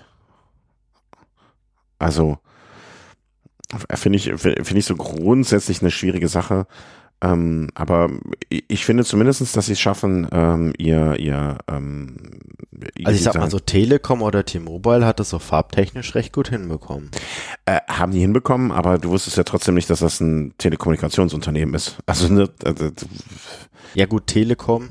Also, finde ich so grundsätzlich eine schwierige Sache. Aber ich finde zumindest, dass sie es schaffen, also ich sag mal so, Telekom oder T-Mobile hat das so farbtechnisch recht gut hinbekommen. Haben die hinbekommen, aber du wusstest ja trotzdem nicht, dass das ein Telekommunikationsunternehmen ist. Also ja gut, Telekom.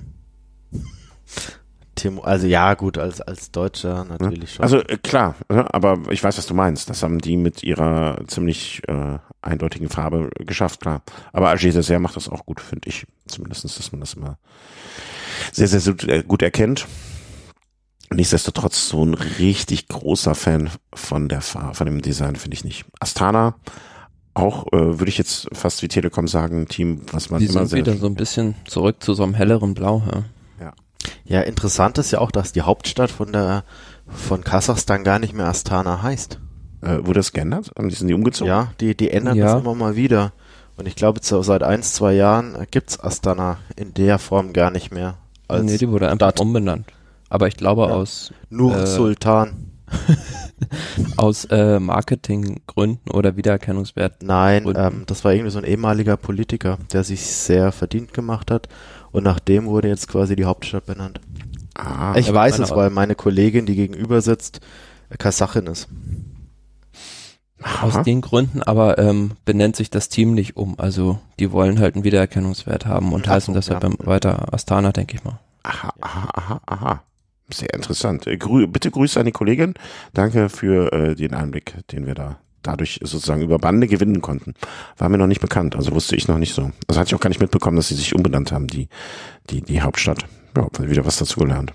Also ja gut, als Deutscher natürlich schon. Also klar, aber ich weiß, was du meinst. Das haben die mit ihrer ziemlich eindeutigen Farbe geschafft, klar. Aber Agé Dessert macht das auch gut, finde ich. Zumindest, dass man das immer sehr, sehr gut erkennt. Nichtsdestotrotz so ein richtig großer Fan von dem Design finde ich nicht. Astana auch, würde ich jetzt fast wie Telekom sagen, Team, was man die immer sind wieder so ein bisschen zurück zu so einem helleren Blau. Ja, interessant ist ja auch, dass die Hauptstadt von Kasachstan gar nicht mehr Astana heißt. Wurde das geändert? Sind die umgezogen? Ja, die ändern das immer mal wieder. Und ich glaube, seit 1-2 Jahren gibt's Astana in der Form gar nicht mehr. Nee, die wurde einfach umbenannt. Aber ich glaube aus Nur Sultan. Aus Marketinggründen oder Wiedererkennungswert. Nein, das war irgendwie so ein ehemaliger Politiker, der sich sehr verdient gemacht hat. Und nach dem wurde jetzt quasi die Hauptstadt benannt. Ich weiß es, weil meine Kollegin, die gegenüber sitzt, Kasachin ist. Aus den Gründen aber benennt sich das Team nicht um. Also die wollen halt einen Wiedererkennungswert haben und heißen deshalb weiter Astana, denke ich mal. Aha. Sehr interessant. Bitte Grüße an die Kollegin. Danke für den Einblick, den wir dadurch sozusagen über Bande gewinnen konnten. War mir noch nicht bekannt, also wusste ich noch nicht so. Also hatte ich auch gar nicht mitbekommen, dass sie sich umbenannt haben, die Hauptstadt. Ja, wieder was dazugelernt.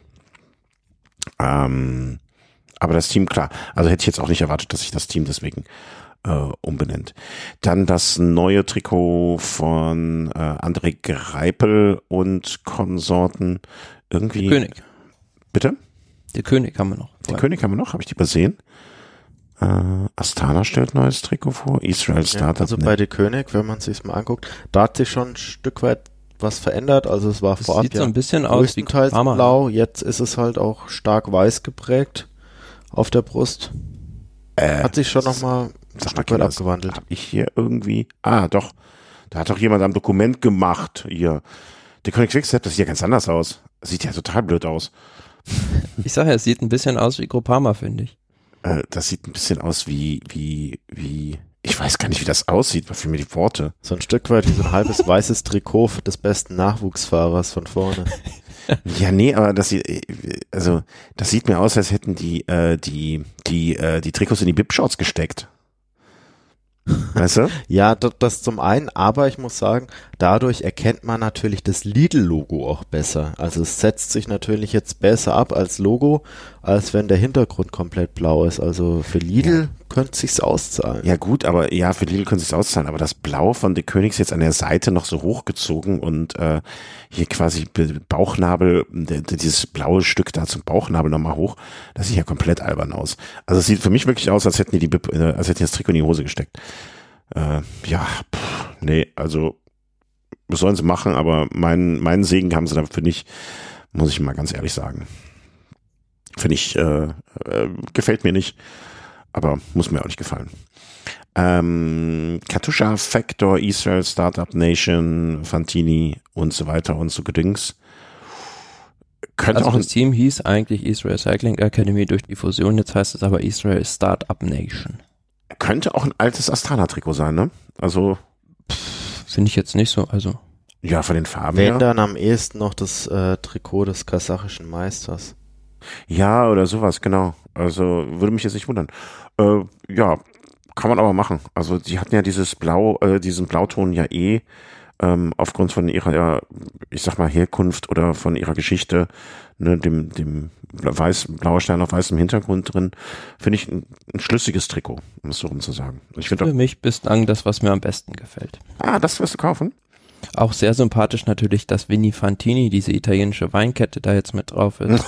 Aber das Team, klar, also hätte ich jetzt auch nicht erwartet, dass sich das Team deswegen umbenennt. Dann das neue Trikot von André Greipel und Konsorten. Irgendwie. Der König. Bitte? Der König haben wir noch. Den König haben wir noch, habe ich die übersehen? Astana stellt neues Trikot vor, Israel Startup. Also bei der König, wenn man es sich mal anguckt, da hat sich schon ein Stück weit was verändert. Also es war vorab sieht so ein bisschen aus wie blau, jetzt ist es halt auch stark weiß geprägt auf der Brust. Hat sich schon nochmal ein Stück weit abgewandelt. Hab ich hier irgendwie, doch, da hat doch jemand ein Dokument gemacht, hier. Der König Quickstep, das sieht ja ganz anders aus. Das sieht ja total blöd aus. Ich sage ja, es sieht ein bisschen aus wie Groupama, finde ich. Das sieht ein bisschen aus wie, ich weiß gar nicht, wie das aussieht, was für mir die Worte. So ein Stück weit wie so ein halbes weißes Trikot des besten Nachwuchsfahrers von vorne. Ja, nee, aber das sieht mir aus, als hätten die Trikots in die Bib-Shorts gesteckt. Weißt du? Ja, das zum einen, aber ich muss sagen, dadurch erkennt man natürlich das Lidl-Logo auch besser. Also es setzt sich natürlich jetzt besser ab als Logo, als wenn der Hintergrund komplett blau ist. Also für Lidl könnte es sich auszahlen. Ja gut, aber ja, für Lidl könnte es sich auszahlen, aber das Blau von der Königs jetzt an der Seite noch so hochgezogen und hier quasi Bauchnabel, dieses blaue Stück da zum Bauchnabel nochmal hoch, das sieht ja komplett albern aus. Also es sieht für mich wirklich aus, als hätten die das Trikot in die Hose gesteckt. Nee, also was sollen sie machen, aber meinen Segen haben sie dafür nicht, muss ich mal ganz ehrlich sagen. Finde ich, gefällt mir nicht, aber muss mir auch nicht gefallen. Katusha, Factor, Israel, Startup Nation, Fantini und so weiter und so Gedings. Könnte also auch das Team hieß eigentlich Israel Cycling Academy durch die Fusion, jetzt heißt es aber Israel Startup Nation. Könnte auch ein altes Astana-Trikot sein, ne? Also finde ich jetzt nicht so, also. Ja, von den Farben Wenn her. dann am ehesten noch das Trikot des kasachischen Meisters. Ja, oder sowas, genau. Also würde mich jetzt nicht wundern. Ja, kann man aber machen. Also die hatten ja diesen Blauton ja aufgrund von ihrer, ich sag mal, Herkunft oder von ihrer Geschichte, ne, dem blauer Stern auf weißem Hintergrund drin, finde ich ein schlüssiges Trikot, um es so rum zu sagen. Ich finde für mich bislang das, was mir am besten gefällt. das wirst du kaufen? Auch sehr sympathisch natürlich, dass Vinnie Fantini, diese italienische Weinkette, da jetzt mit drauf ist.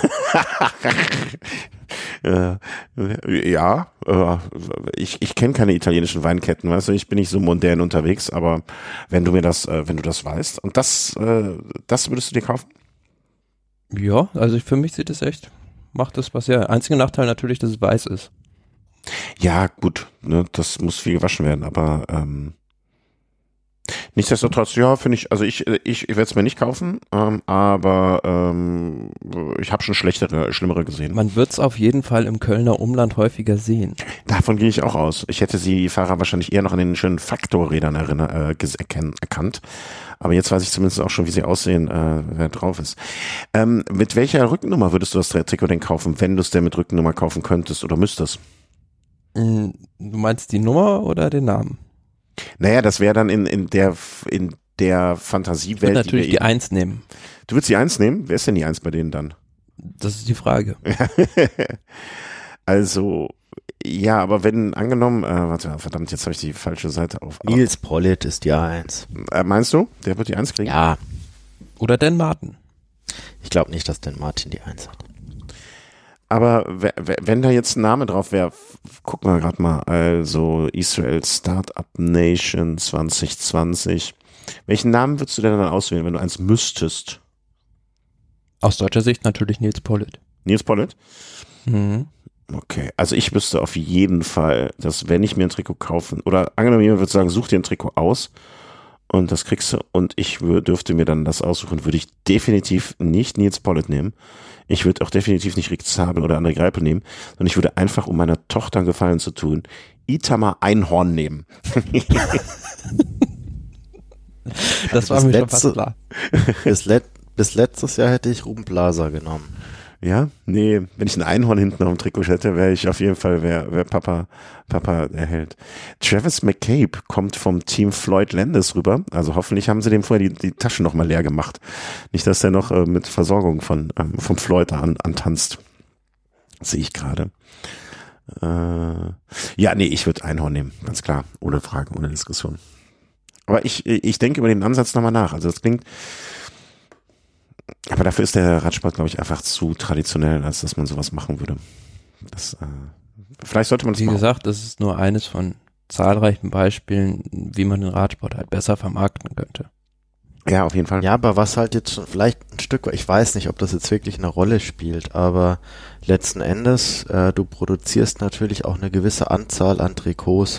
Ich kenne keine italienischen Weinketten, weißt du, ich bin nicht so modern unterwegs, aber wenn du das weißt, und das würdest du dir kaufen? Ja, also für mich sieht es echt, macht das was, ja. Einziger Nachteil natürlich, dass es weiß ist. Ja, gut, ne, das muss viel gewaschen werden, aber nichtsdestotrotz, ja, finde ich, also ich werde es mir nicht kaufen, aber ich habe schon schlimmere gesehen. Man wird es auf jeden Fall im Kölner Umland häufiger sehen. Davon gehe ich auch aus. Ich hätte die Fahrer wahrscheinlich eher noch an den schönen Faktorrädern erkannt. Aber jetzt weiß ich zumindest auch schon, wie sie aussehen, wer drauf ist. Mit welcher Rückennummer würdest du das Trikot denn kaufen, wenn du es denn mit Rückennummer kaufen könntest oder müsstest? Du meinst die Nummer oder den Namen? Naja, das wäre dann in der Fantasiewelt. Ich würde natürlich die 1 nehmen. Du würdest die 1 nehmen? Wer ist denn die 1 bei denen dann? Das ist die Frage. Also, ja, aber wenn angenommen, warte, verdammt, jetzt habe ich die falsche Seite auf. Nils Pollitt ist die 1. Meinst du? Der wird die 1 kriegen? Ja. Oder Dan Martin. Ich glaube nicht, dass Dan Martin die 1 hat. Aber wenn da jetzt ein Name drauf wäre, gucken wir gerade mal, also Israel Startup Nation 2020. Welchen Namen würdest du denn dann auswählen, wenn du eins müsstest? Aus deutscher Sicht natürlich Nils Pollitt. Nils Pollitt? Mhm. Okay, also ich wüsste auf jeden Fall, dass wenn ich mir ein Trikot kaufe, oder angenommen jemand würde sagen, such dir ein Trikot aus und das kriegst du und ich dürfte mir dann das aussuchen, würde ich definitiv nicht Nils Pollitt nehmen. Ich würde auch definitiv nicht Rick Zabel oder André Greipel nehmen, sondern ich würde einfach, um meiner Tochter einen Gefallen zu tun, Itamar Einhorn nehmen. Das war mir schon fast klar. Bis letztes Jahr hätte ich Ruben Blaser genommen. Ja, nee, wenn ich ein Einhorn hinten auf dem Trikot hätte, wäre ich auf jeden Fall, wer Papa erhält. Travis McCabe kommt vom Team Floyd Landis rüber, also hoffentlich haben sie dem vorher die Taschen nochmal leer gemacht. Nicht, dass der noch mit Versorgung vom Floyd antanzt. Sehe ich gerade. Ja, nee, ich würde Einhorn nehmen, ganz klar, ohne Frage, ohne Diskussion. Aber ich denke über den Ansatz nochmal nach, also das klingt. Aber dafür ist der Radsport, glaube ich, einfach zu traditionell, als dass man sowas machen würde. Vielleicht sollte man das machen. Wie gesagt, das ist nur eines von zahlreichen Beispielen, wie man den Radsport halt besser vermarkten könnte. Ja, auf jeden Fall. Ja, aber was halt jetzt schon vielleicht ein Stück, ich weiß nicht, ob das jetzt wirklich eine Rolle spielt, aber letzten Endes, du produzierst natürlich auch eine gewisse Anzahl an Trikots.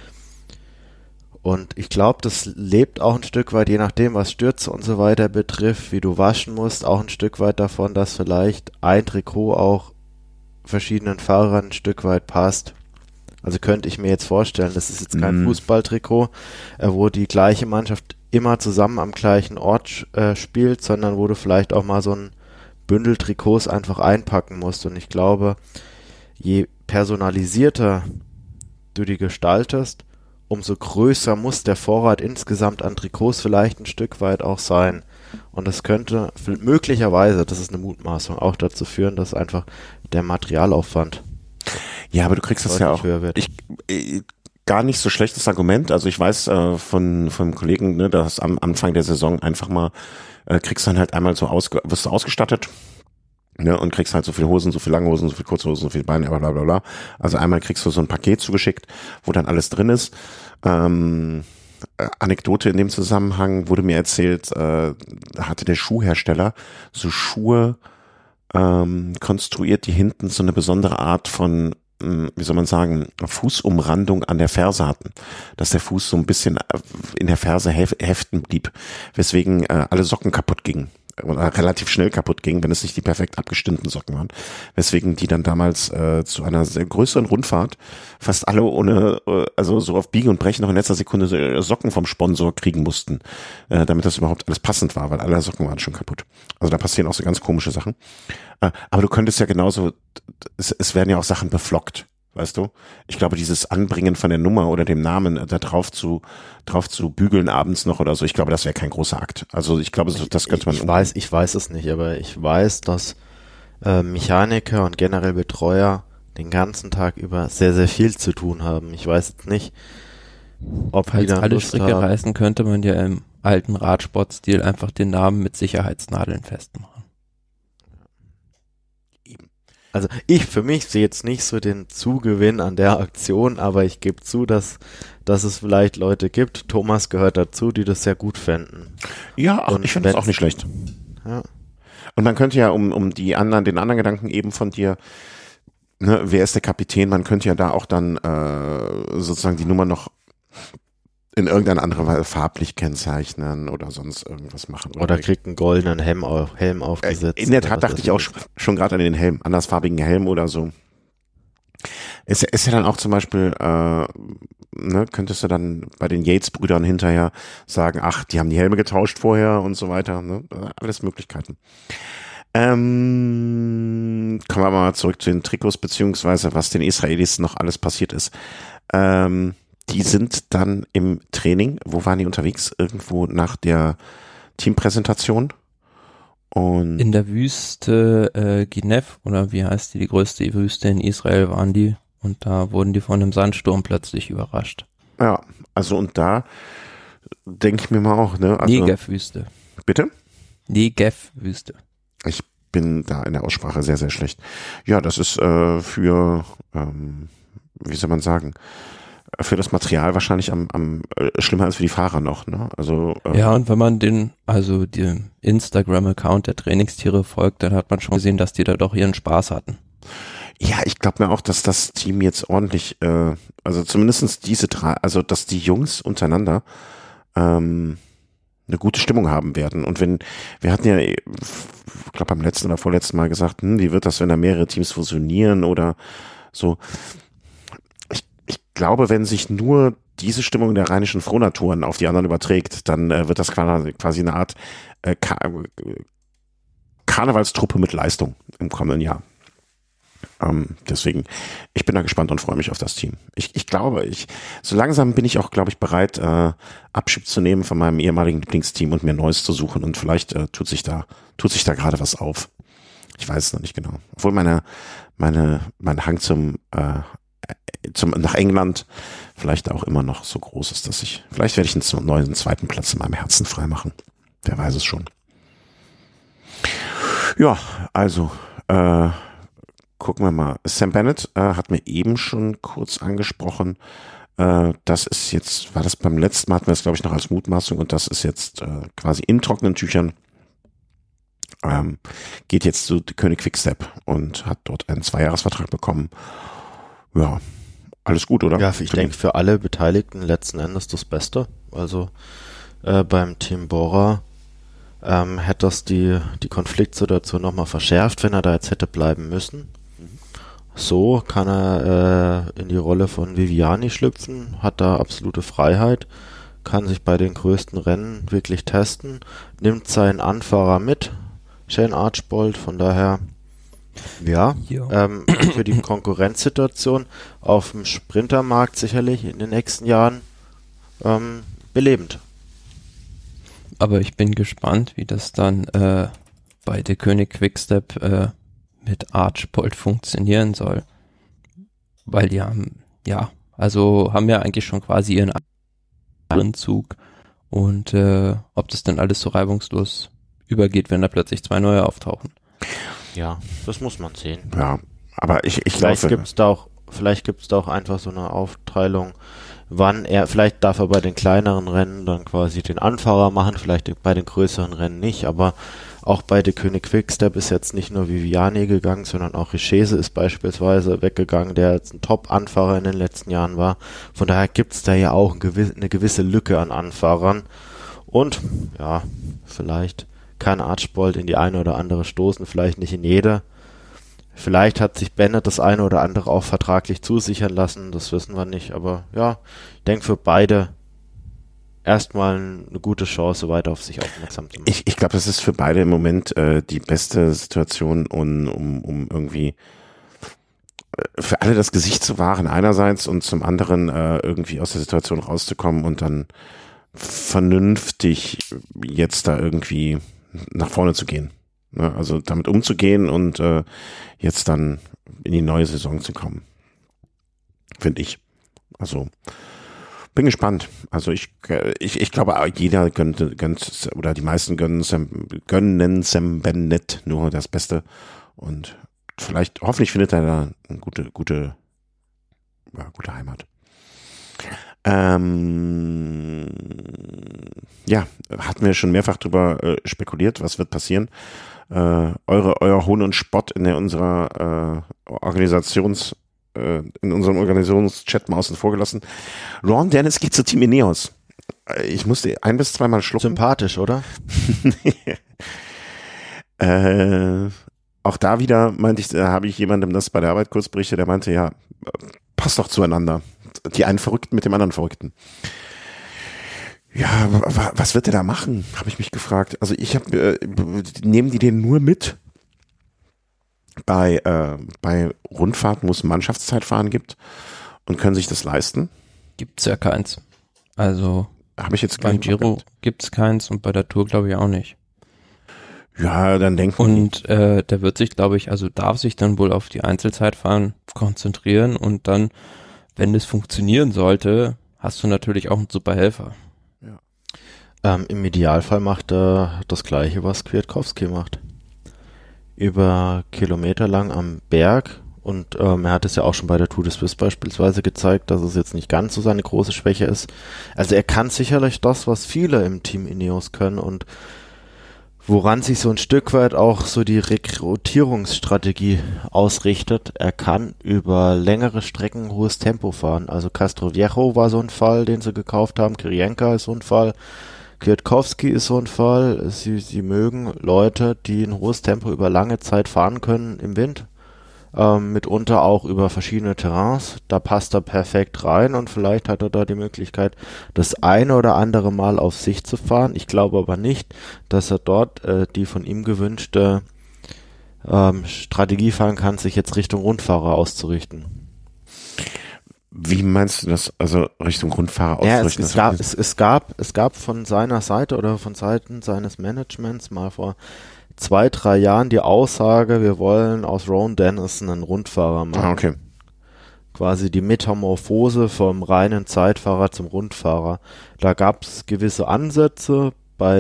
Und ich glaube, das lebt auch ein Stück weit, je nachdem, was Stürze und so weiter betrifft, wie du waschen musst, auch ein Stück weit davon, dass vielleicht ein Trikot auch verschiedenen Fahrern ein Stück weit passt. Also könnte ich mir jetzt vorstellen, das ist jetzt kein Fußballtrikot, wo die gleiche Mannschaft immer zusammen am gleichen Ort spielt, sondern wo du vielleicht auch mal so ein Bündel Trikots einfach einpacken musst. Und ich glaube, je personalisierter du die gestaltest, umso größer muss der Vorrat insgesamt an Trikots vielleicht ein Stück weit auch sein. Und das könnte möglicherweise, das ist eine Mutmaßung, auch dazu führen, dass einfach der Materialaufwand ja, aber du kriegst das ja auch gar nicht so schlechtes Argument. Also ich weiß von Kollegen, ne, dass am Anfang der Saison einfach mal kriegst dann halt einmal so wirst du ausgestattet. Ne, und kriegst halt so viel Hosen, so viel lange Hosen, so viel kurze Hosen, so viel Beine, bla bla bla. Also einmal kriegst du so ein Paket zugeschickt, wo dann alles drin ist. Anekdote in dem Zusammenhang wurde mir erzählt, hatte der Schuhhersteller so Schuhe konstruiert, die hinten so eine besondere Art von, wie soll man sagen, Fußumrandung an der Ferse hatten, dass der Fuß so ein bisschen in der Ferse heften blieb, weswegen alle Socken kaputt gingen. relativ schnell kaputt ging, wenn es nicht die perfekt abgestimmten Socken waren. Weswegen die dann damals zu einer sehr größeren Rundfahrt fast alle ohne, also so auf Biegen und Brechen noch in letzter Sekunde Socken vom Sponsor kriegen mussten, damit das überhaupt alles passend war, weil alle Socken waren schon kaputt. Also da passieren auch so ganz komische Sachen. Aber du könntest ja genauso, es werden ja auch Sachen beflockt. Weißt du? Ich glaube, dieses Anbringen von der Nummer oder dem Namen da drauf zu bügeln abends noch oder so, ich glaube, das wäre kein großer Akt. Also ich glaube, das könnte man. Ich weiß es nicht, aber ich weiß, dass Mechaniker und generell Betreuer den ganzen Tag über sehr, sehr viel zu tun haben. Ich weiß jetzt nicht, ob Falls alle Stricke reißen, könnte man ja im alten Radsportstil einfach den Namen mit Sicherheitsnadeln festmachen. Also ich für mich sehe jetzt nicht so den Zugewinn an der Aktion, aber ich gebe zu, dass es vielleicht Leute gibt, Thomas gehört dazu, die das sehr gut fänden. Ja, ich finde das auch nicht schlecht. Ja. Und man könnte ja, um den anderen Gedanken eben von dir, ne, wer ist der Kapitän, man könnte ja da auch dann sozusagen die Nummer noch in irgendeiner anderen Weise farblich kennzeichnen oder sonst irgendwas machen. Oder kriegt einen goldenen Helm aufgesetzt. In der Tat dachte ich auch schon gerade an den Helm, andersfarbigen Helm oder so. Ist ja dann auch zum Beispiel, könntest du dann bei den Yates-Brüdern hinterher sagen, ach, die haben die Helme getauscht vorher und so weiter, ne? Alles Möglichkeiten. Kommen wir mal zurück zu den Trikots, beziehungsweise was den Israelis noch alles passiert ist. Die sind dann im Training, wo waren die unterwegs? Irgendwo nach der Teampräsentation? Und in der Wüste Ginef, oder wie heißt die größte Wüste in Israel waren die, und da wurden die von einem Sandsturm plötzlich überrascht. Ja, also und da denke ich mir mal auch, ne? Also, Negev-Wüste. Bitte? Negev-Wüste. Ich bin da in der Aussprache sehr, sehr schlecht. Ja, das ist für, wie soll man sagen, für das Material wahrscheinlich am schlimmer als für die Fahrer noch, ne? Also ja, und wenn man dem Instagram-Account der Trainingstiere folgt, dann hat man schon gesehen, dass die da doch ihren Spaß hatten. Ja, ich glaube mir auch, dass das Team jetzt ordentlich, also zumindestens diese drei, also dass die Jungs untereinander eine gute Stimmung haben werden. Und wir hatten ja, ich glaube beim letzten oder vorletzten Mal gesagt, wie wird das, wenn da mehrere Teams fusionieren oder so. Ich glaube, wenn sich nur diese Stimmung der rheinischen Frohnaturen auf die anderen überträgt, dann wird das quasi eine Art Karnevalstruppe mit Leistung im kommenden Jahr. Deswegen, ich bin da gespannt und freue mich auf das Team. Ich glaube, so langsam bin ich auch, glaube ich, bereit, Abschied zu nehmen von meinem ehemaligen Lieblingsteam und mir Neues zu suchen, und vielleicht tut sich da gerade was auf. Ich weiß es noch nicht genau. Obwohl mein Hang nach England vielleicht auch immer noch so groß ist, dass vielleicht werde ich einen neuen zweiten Platz in meinem Herzen freimachen. Wer weiß es schon. Ja, also, gucken wir mal. Sam Bennett hat mir eben schon kurz angesprochen. Das ist jetzt, war das beim letzten Mal, hatten wir es glaube ich noch als Mutmaßung, und das ist jetzt quasi in trockenen Tüchern. Geht jetzt zu König Quickstep und hat dort einen 2-Jahres-Vertrag bekommen. Ja, alles gut, oder? Ja, ich denke für alle Beteiligten letzten Endes das Beste. Also beim Team Bora hätte das die Konfliktsituation nochmal verschärft, wenn er da jetzt hätte bleiben müssen. So kann er in die Rolle von Viviani schlüpfen, hat da absolute Freiheit, kann sich bei den größten Rennen wirklich testen, nimmt seinen Anfahrer mit, Shane Archbold, von daher ja, für die Konkurrenzsituation auf dem Sprintermarkt sicherlich in den nächsten Jahren belebend. Aber ich bin gespannt, wie das dann bei der König Quickstep mit Archbold funktionieren soll. Weil die haben ja eigentlich schon quasi ihren eigenen Zug, und ob das dann alles so reibungslos übergeht, wenn da plötzlich 2 neue auftauchen. Ja, das muss man sehen. Ja, aber ich vielleicht gibt's da auch einfach so eine Aufteilung, vielleicht darf er bei den kleineren Rennen dann quasi den Anfahrer machen, vielleicht bei den größeren Rennen nicht, aber auch bei der König Quickstep ist jetzt nicht nur Viviani gegangen, sondern auch Richese ist beispielsweise weggegangen, der jetzt ein Top-Anfahrer in den letzten Jahren war. Von daher gibt's da ja auch eine gewisse Lücke an Anfahrern. Und ja, vielleicht kann Archbold in die eine oder andere stoßen, vielleicht nicht in jede. Vielleicht hat sich Bennett das eine oder andere auch vertraglich zusichern lassen, das wissen wir nicht, aber ja, ich denke für beide erstmal eine gute Chance, weiter auf sich aufmerksam zu machen. Ich glaube, das ist für beide im Moment die beste Situation, um irgendwie für alle das Gesicht zu wahren einerseits und zum anderen irgendwie aus der Situation rauszukommen und dann vernünftig jetzt da irgendwie nach vorne zu gehen. Ne? Also damit umzugehen und jetzt dann in die neue Saison zu kommen. Finde ich. Also bin gespannt. Also ich glaube, jeder gönnt oder die meisten gönnen Sam Bennett nur das Beste und hoffentlich findet er da eine gute Heimat. Ja, hatten wir schon mehrfach drüber spekuliert, was wird passieren. Euer Hohn und Spott in unserem Organisationschat mal außen vor gelassen. Ron Dennis geht zu Team Ineos. Ich musste 1 bis 2 Mal schlucken. Sympathisch, oder? Auch da wieder habe ich jemandem das bei der Arbeit kurz berichtet, der meinte, ja, passt doch zueinander. Die einen Verrückten mit dem anderen Verrückten. Ja, was wird der da machen? Habe ich mich gefragt. Also nehmen die den nur mit bei Rundfahrten, wo es Mannschaftszeitfahren gibt und können sich das leisten? Gibt's ja keins. Also habe ich jetzt beim Giro gibt's keins und bei der Tour glaube ich auch nicht. Ja, dann denken. Und der wird sich, glaube ich, darf sich dann wohl auf die Einzelzeitfahren konzentrieren und dann, wenn es funktionieren sollte, hast du natürlich auch einen super Helfer. Ja. Im Idealfall macht er das Gleiche, was Kwiatkowski macht. Über Kilometer lang am Berg und er hat es ja auch schon bei der Tour de Suisse beispielsweise gezeigt, dass es jetzt nicht ganz so seine große Schwäche ist. Also er kann sicherlich das, was viele im Team Ineos können und woran sich so ein Stück weit auch so die Rekrutierungsstrategie ausrichtet. Er kann über längere Strecken hohes Tempo fahren. Also Castroviejo war so ein Fall, den sie gekauft haben. Kirienka ist so ein Fall. Kwiatkowski ist so ein Fall. Sie mögen Leute, die ein hohes Tempo über lange Zeit fahren können im Wind. Mitunter auch über verschiedene Terrains. Da passt er perfekt rein und vielleicht hat er da die Möglichkeit, das eine oder andere Mal auf sich zu fahren. Ich glaube aber nicht, dass er dort die von ihm gewünschte Strategie fahren kann, sich jetzt Richtung Rundfahrer auszurichten. Wie meinst du das, also Richtung Rundfahrer auszurichten? Ja, es gab von seiner Seite oder von Seiten seines Managements mal vor 2-3 Jahren die Aussage, wir wollen aus Ron Dennis einen Rundfahrer machen. Ah, okay. Quasi die Metamorphose vom reinen Zeitfahrer zum Rundfahrer. Da gab es gewisse Ansätze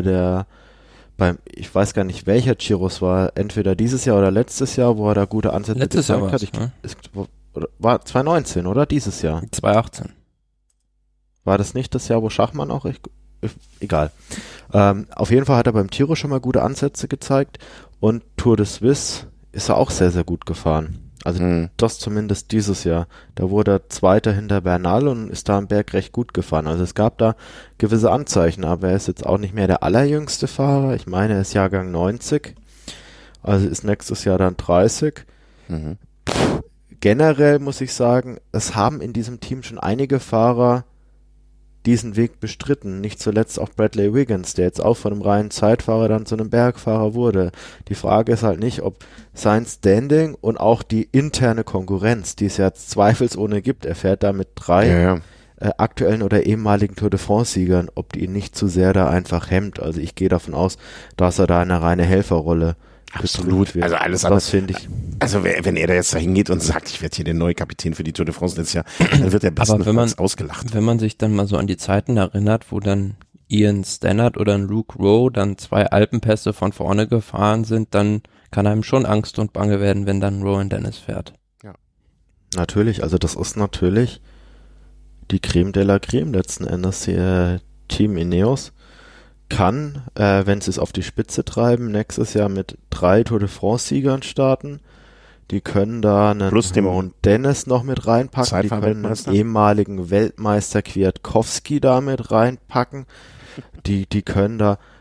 ich weiß gar nicht, welcher Giro es war, entweder dieses Jahr oder letztes Jahr, wo er da gute Ansätze gezeigt hat. War 2019, oder? Dieses Jahr? 2018. War das nicht das Jahr, wo Schachmann auch... Egal. Auf jeden Fall hat er beim Giro schon mal gute Ansätze gezeigt und Tour de Suisse ist er auch sehr, sehr gut gefahren. Also das zumindest dieses Jahr. Da wurde er Zweiter hinter Bernal und ist da am Berg recht gut gefahren. Also es gab da gewisse Anzeichen, aber er ist jetzt auch nicht mehr der allerjüngste Fahrer. Ich meine, er ist Jahrgang 90, also ist nächstes Jahr dann 30. Generell muss ich sagen, es haben in diesem Team schon einige Fahrer diesen Weg bestritten. Nicht zuletzt auch Bradley Wiggins, der jetzt auch von einem reinen Zeitfahrer dann zu einem Bergfahrer wurde. Die Frage ist halt nicht, ob sein Standing und auch die interne Konkurrenz, die es ja zweifelsohne gibt, er fährt da mit 3 aktuellen oder ehemaligen Tour de France-Siegern, ob die ihn nicht zu sehr da einfach hemmt. Also ich gehe davon aus, dass er da eine reine Helferrolle absolut wird. Also alles das finde ich. Also wenn er da jetzt dahin geht und sagt, ich werde hier der neue Kapitän für die Tour de France letztes Jahr, dann wird er bestenfalls ausgelacht. Wenn man sich dann mal so an die Zeiten erinnert, wo dann Ian Stannard oder ein Luke Rowe dann 2 Alpenpässe von vorne gefahren sind, dann kann einem schon Angst und Bange werden, wenn dann Rowan Dennis fährt. Ja. Natürlich, also das ist natürlich die Creme de la Creme letzten Endes, Team Ineos kann, wenn sie es auf die Spitze treiben, nächstes Jahr mit 3 Tour de France-Siegern starten. Die können da einen Ron Dennis noch mit reinpacken. Die können einen ehemaligen Weltmeister Kwiatkowski da mit reinpacken. Die können da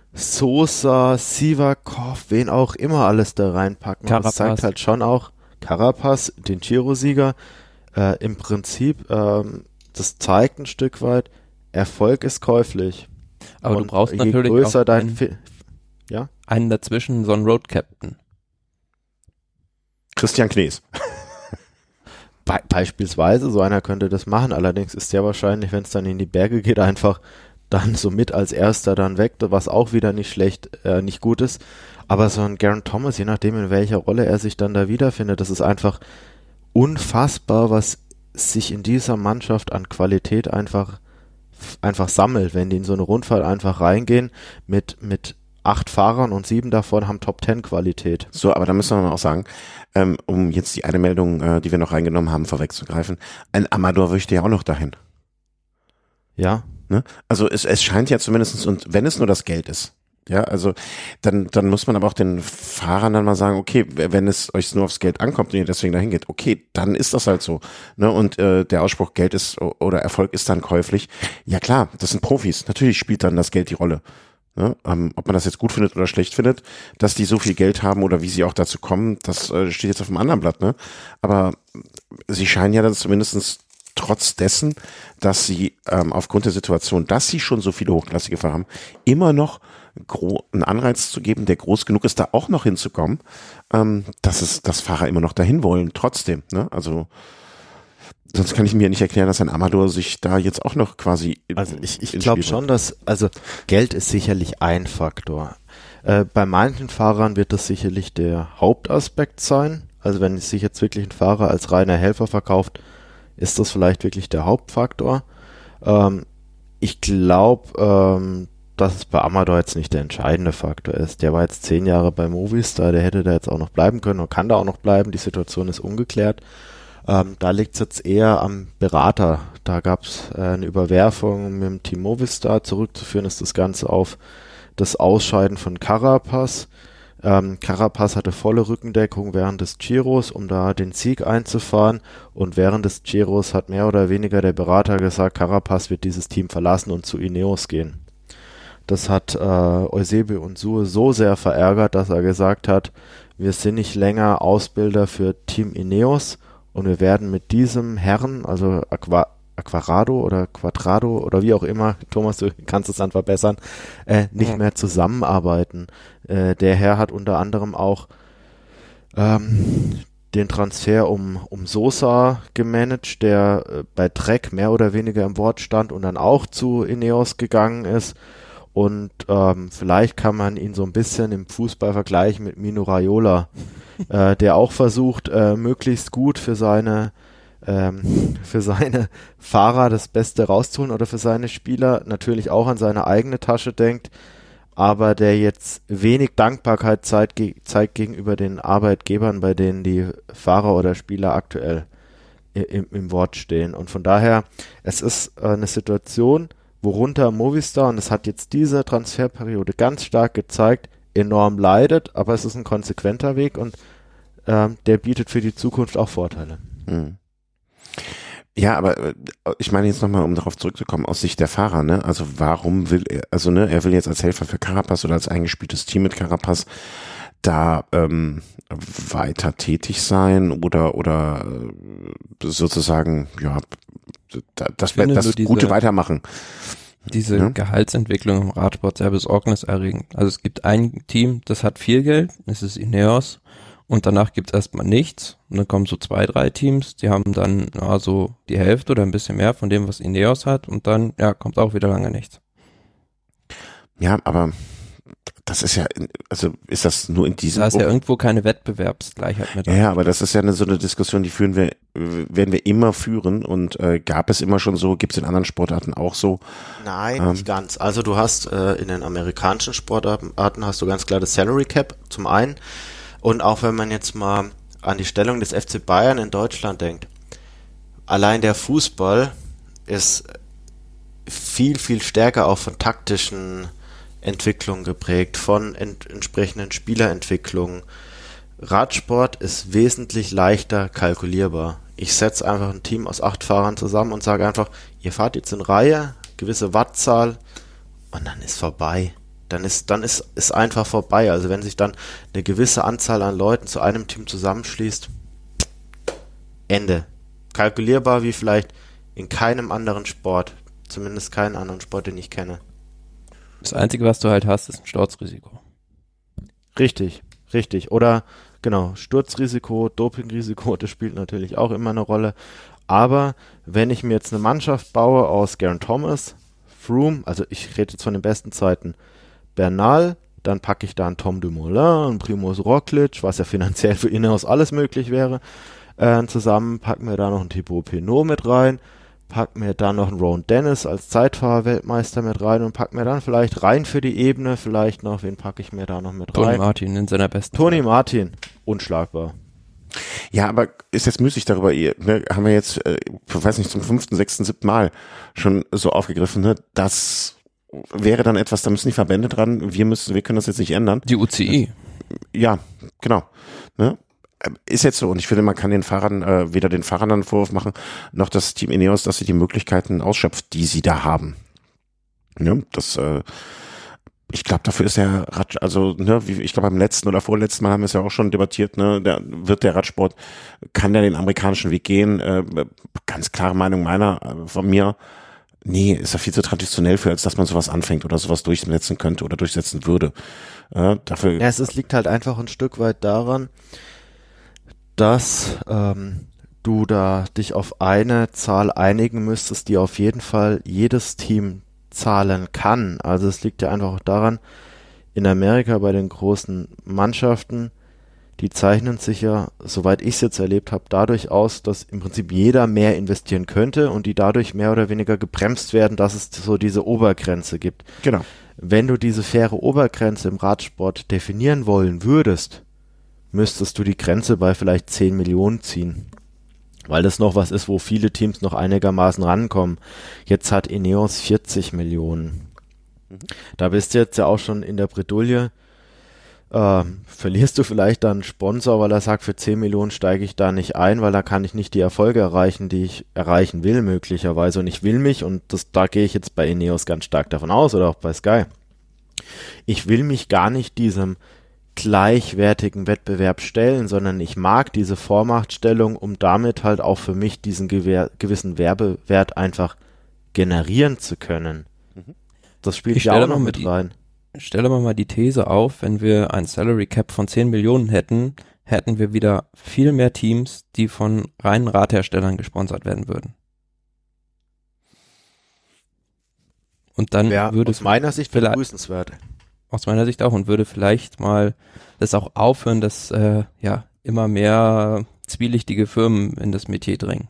Sosa, Sivakov, wen auch immer alles da reinpacken. Carapaz. Das zeigt halt schon auch Carapaz, den Giro-Sieger, im Prinzip, das zeigt ein Stück weit, Erfolg ist käuflich. Aber und du brauchst je natürlich größer auch einen dazwischen, so einen Road Captain. Christian Knees. Beispielsweise, so einer könnte das machen, allerdings ist der wahrscheinlich, wenn es dann in die Berge geht, einfach dann so mit als Erster dann weg, was auch wieder nicht schlecht, nicht gut ist. Aber so ein Geraint Thomas, je nachdem in welcher Rolle er sich dann da wiederfindet, das ist einfach unfassbar, was sich in dieser Mannschaft an Qualität einfach sammelt, wenn die in so eine Rundfahrt einfach reingehen mit 8 Fahrern und 7 davon haben Top-10-Qualität. So, aber da müssen wir mal auch sagen, um jetzt die eine Meldung, die wir noch reingenommen haben, vorwegzugreifen, ein Amador möchte ja auch noch dahin. Ja. Ne? Also es scheint ja zumindest, und wenn es nur das Geld ist, ja, also dann muss man aber auch den Fahrern dann mal sagen, okay, wenn es euch nur aufs Geld ankommt und ihr deswegen dahin geht, okay, dann ist das halt so. Ne? Und der Ausspruch, Geld ist oder Erfolg ist dann käuflich. Ja klar, das sind Profis. Natürlich spielt dann das Geld die Rolle. Ne? Ob man das jetzt gut findet oder schlecht findet, dass die so viel Geld haben oder wie sie auch dazu kommen, das steht jetzt auf einem anderen Blatt. Ne? Aber sie scheinen ja dann zumindest trotz dessen, dass sie aufgrund der Situation, dass sie schon so viele hochklassige Fahrer haben, immer noch einen Anreiz zu geben, der groß genug ist, da auch noch hinzukommen, dass Fahrer immer noch dahin wollen, trotzdem. Ne? Also sonst kann ich mir nicht erklären, dass ein Amador sich da jetzt auch noch quasi Also ich glaube schon, dass, also Geld ist sicherlich ein Faktor. Bei manchen Fahrern wird das sicherlich der Hauptaspekt sein. Also wenn sich jetzt wirklich ein Fahrer als reiner Helfer verkauft, ist das vielleicht wirklich der Hauptfaktor. Ich glaube, dass es bei Amador jetzt nicht der entscheidende Faktor ist. Der war jetzt 10 Jahre bei Movistar, der hätte da jetzt auch noch bleiben können und kann da auch noch bleiben. Die Situation ist ungeklärt. Da liegt es jetzt eher am Berater. Da gab es eine Überwerfung mit dem Team Movistar. Zurückzuführen ist das Ganze auf das Ausscheiden von Carapaz. Carapaz hatte volle Rückendeckung während des Giros, um da den Sieg einzufahren, und während des Giros hat mehr oder weniger der Berater gesagt, Carapaz wird dieses Team verlassen und zu Ineos gehen. Das hat Eusebio Unzue so sehr verärgert, dass er gesagt hat, wir sind nicht länger Ausbilder für Team Ineos und wir werden mit diesem Herrn, also Aquarado oder Quadrado oder wie auch immer, Thomas, du kannst es dann verbessern, nicht mehr zusammenarbeiten. Der Herr hat unter anderem auch den Transfer um Sosa gemanagt, der bei Trek mehr oder weniger im Wort stand und dann auch zu Ineos gegangen ist. Und vielleicht kann man ihn so ein bisschen im Fußball vergleichen mit Mino Raiola, der auch versucht, möglichst gut für seine Fahrer das Beste rauszuholen oder für seine Spieler, natürlich auch an seine eigene Tasche denkt, aber der jetzt wenig Dankbarkeit zeigt gegenüber den Arbeitgebern, bei denen die Fahrer oder Spieler aktuell im Wort stehen. Und von daher, es ist eine Situation, worunter Movistar, und das hat jetzt diese Transferperiode ganz stark gezeigt, enorm leidet, aber es ist ein konsequenter Weg und der bietet für die Zukunft auch Vorteile. Hm. Ja, aber ich meine jetzt nochmal, um darauf zurückzukommen, aus Sicht der Fahrer, ne? Also warum will er, also ne, er will jetzt als Helfer für Carapaz oder als eingespieltes Team mit Carapaz da weiter tätig sein oder sozusagen, ja, das Gute weitermachen. Diese Gehaltsentwicklung im Radsport sehr besorgniserregend. Also es gibt ein Team, das hat viel Geld, das ist Ineos, und danach gibt es erstmal nichts. Und dann kommen so 2, 3 Teams, die haben dann so die Hälfte oder ein bisschen mehr von dem, was Ineos hat, und dann kommt auch wieder lange nichts. Ja, aber das ist ja, also ist das nur in diesem... Da ist ja irgendwo keine Wettbewerbsgleichheit mit. Ja, aber das ist ja so eine Diskussion, die werden wir immer führen, und gab es immer schon so, gibt es in anderen Sportarten auch so? Nein, nicht ganz. Also du hast in den amerikanischen Sportarten hast du ganz klar das Salary Cap zum einen, und auch wenn man jetzt mal an die Stellung des FC Bayern in Deutschland denkt, allein der Fußball ist viel, viel stärker auch von taktischen Entwicklung geprägt, von entsprechenden Spielerentwicklungen. Radsport ist wesentlich leichter kalkulierbar. Ich setze einfach ein Team aus 8 Fahrern zusammen und sage einfach, ihr fahrt jetzt in Reihe, gewisse Wattzahl, und dann ist vorbei. dann ist einfach vorbei. Also wenn sich dann eine gewisse Anzahl an Leuten zu einem Team zusammenschließt, Ende. Kalkulierbar wie vielleicht in keinem anderen Sport. Zumindest keinen anderen Sport, den ich kenne. Das Einzige, was du halt hast, ist ein Sturzrisiko. Richtig. Oder, genau, Sturzrisiko, Dopingrisiko, das spielt natürlich auch immer eine Rolle. Aber wenn ich mir jetzt eine Mannschaft baue aus Geraint Thomas, Froome, also ich rede jetzt von den besten Zeiten, Bernal, dann packe ich da einen Tom Dumoulin, einen Primož Roglič, was ja finanziell für Ineos alles möglich wäre, zusammen, pack mir da noch einen Thibaut Pinot mit rein, pack mir da noch einen Rowan Dennis als Zeitfahrer-Weltmeister mit rein und pack mir dann vielleicht rein für die Ebene, vielleicht noch, wen packe ich mir da noch mit rein? Tony Martin in seiner besten Tony Martin, unschlagbar. Ja, aber ist jetzt müßig darüber, ne, haben wir jetzt, weiß nicht, zum 5., 6., 7. Mal schon so aufgegriffen, ne, das wäre dann etwas, da müssen die Verbände dran, wir können das jetzt nicht ändern. Die UCI. Ja, genau. Ne? Ist jetzt so, und ich finde, man kann den Fahrern weder den Fahrern einen Vorwurf machen, noch das Team Ineos, dass sie die Möglichkeiten ausschöpft, die sie da haben. Ja, ich glaube, dafür ist der ich glaube beim letzten oder vorletzten Mal haben wir es ja auch schon debattiert, ne, der Radsport, kann der den amerikanischen Weg gehen? Ganz klare Meinung von mir, nee, ist er viel zu traditionell für, als dass man sowas anfängt oder sowas durchsetzen könnte oder durchsetzen würde. Es liegt halt einfach ein Stück weit daran, dass du da dich auf eine Zahl einigen müsstest, die auf jeden Fall jedes Team zahlen kann. Also es liegt ja einfach auch daran, in Amerika bei den großen Mannschaften, die zeichnen sich ja, soweit ich es jetzt erlebt habe, dadurch aus, dass im Prinzip jeder mehr investieren könnte und die dadurch mehr oder weniger gebremst werden, dass es so diese Obergrenze gibt. Genau. Wenn du diese faire Obergrenze im Radsport definieren wollen würdest, müsstest du die Grenze bei vielleicht 10 Millionen ziehen. Weil das noch was ist, wo viele Teams noch einigermaßen rankommen. Jetzt hat Ineos 40 Millionen. Da bist du jetzt ja auch schon in der Bredouille. Verlierst du vielleicht dann einen Sponsor, weil er sagt, für 10 Millionen steige ich da nicht ein, weil da kann ich nicht die Erfolge erreichen, die ich erreichen will möglicherweise. Und ich will mich, und da gehe ich jetzt bei Ineos ganz stark davon aus, oder auch bei Sky, ich will mich gar nicht diesem gleichwertigen Wettbewerb stellen, sondern ich mag diese Vormachtstellung, um damit halt auch für mich diesen gewissen Werbewert einfach generieren zu können. Das spielt ja auch noch mit rein. Stelle mal die These auf, wenn wir ein Salary Cap von 10 Millionen hätten wir wieder viel mehr Teams, die von reinen Radherstellern gesponsert werden würden. Und dann würde aus meiner Sicht begrüßenswert. Aus meiner Sicht auch, und würde vielleicht mal das auch aufhören, dass immer mehr zwielichtige Firmen in das Metier drängen.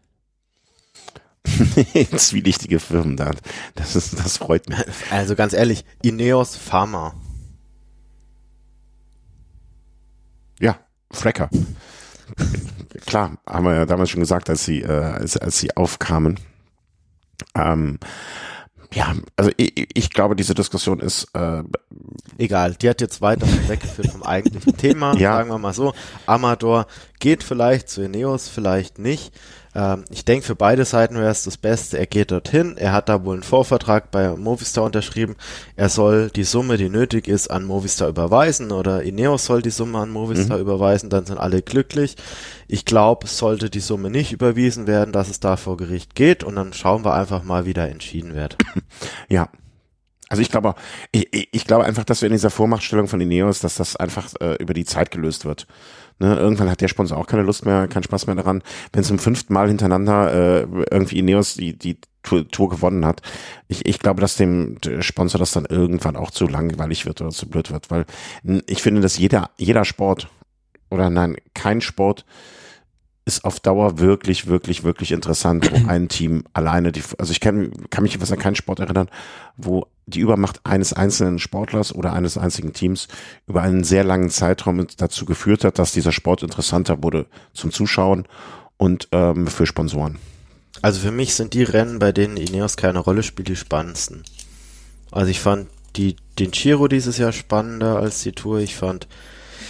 Zwielichtige Firmen, das freut mich. Also ganz ehrlich, Ineos Pharma. Ja, Fracker. Klar, haben wir ja damals schon gesagt, als sie aufkamen. Ja, also ich glaube, diese Diskussion ist egal, die hat jetzt weiter weggeführt vom eigentlichen Thema, ja. Sagen wir mal so. Amador geht vielleicht zu Ineos, vielleicht nicht. Ich denke, für beide Seiten wäre es das Beste. Er geht dorthin, er hat da wohl einen Vorvertrag bei Movistar unterschrieben. Er soll die Summe, die nötig ist, an Movistar überweisen, oder Ineos soll die Summe an Movistar überweisen, dann sind alle glücklich. Ich glaube, sollte die Summe nicht überwiesen werden, dass es da vor Gericht geht, und dann schauen wir einfach mal, wie da entschieden wird. Ja. Also ich glaube einfach, dass wir in dieser Vormachtstellung von Ineos, dass das einfach über die Zeit gelöst wird. Ne, irgendwann hat der Sponsor auch keine Lust mehr, keinen Spaß mehr daran. Wenn zum 5. Mal hintereinander irgendwie Ineos die Tour gewonnen hat, ich glaube, dass dem Sponsor das dann irgendwann auch zu langweilig wird oder zu blöd wird, weil ich finde, dass jeder Sport, oder nein, kein Sport ist auf Dauer wirklich, wirklich, wirklich interessant, wo ein Team alleine also ich kann mich an keinen Sport erinnern, wo die Übermacht eines einzelnen Sportlers oder eines einzigen Teams über einen sehr langen Zeitraum dazu geführt hat, dass dieser Sport interessanter wurde zum Zuschauen und für Sponsoren. Also für mich sind die Rennen, bei denen Ineos keine Rolle spielt, die spannendsten. Also ich fand den Giro dieses Jahr spannender als die Tour. Ich fand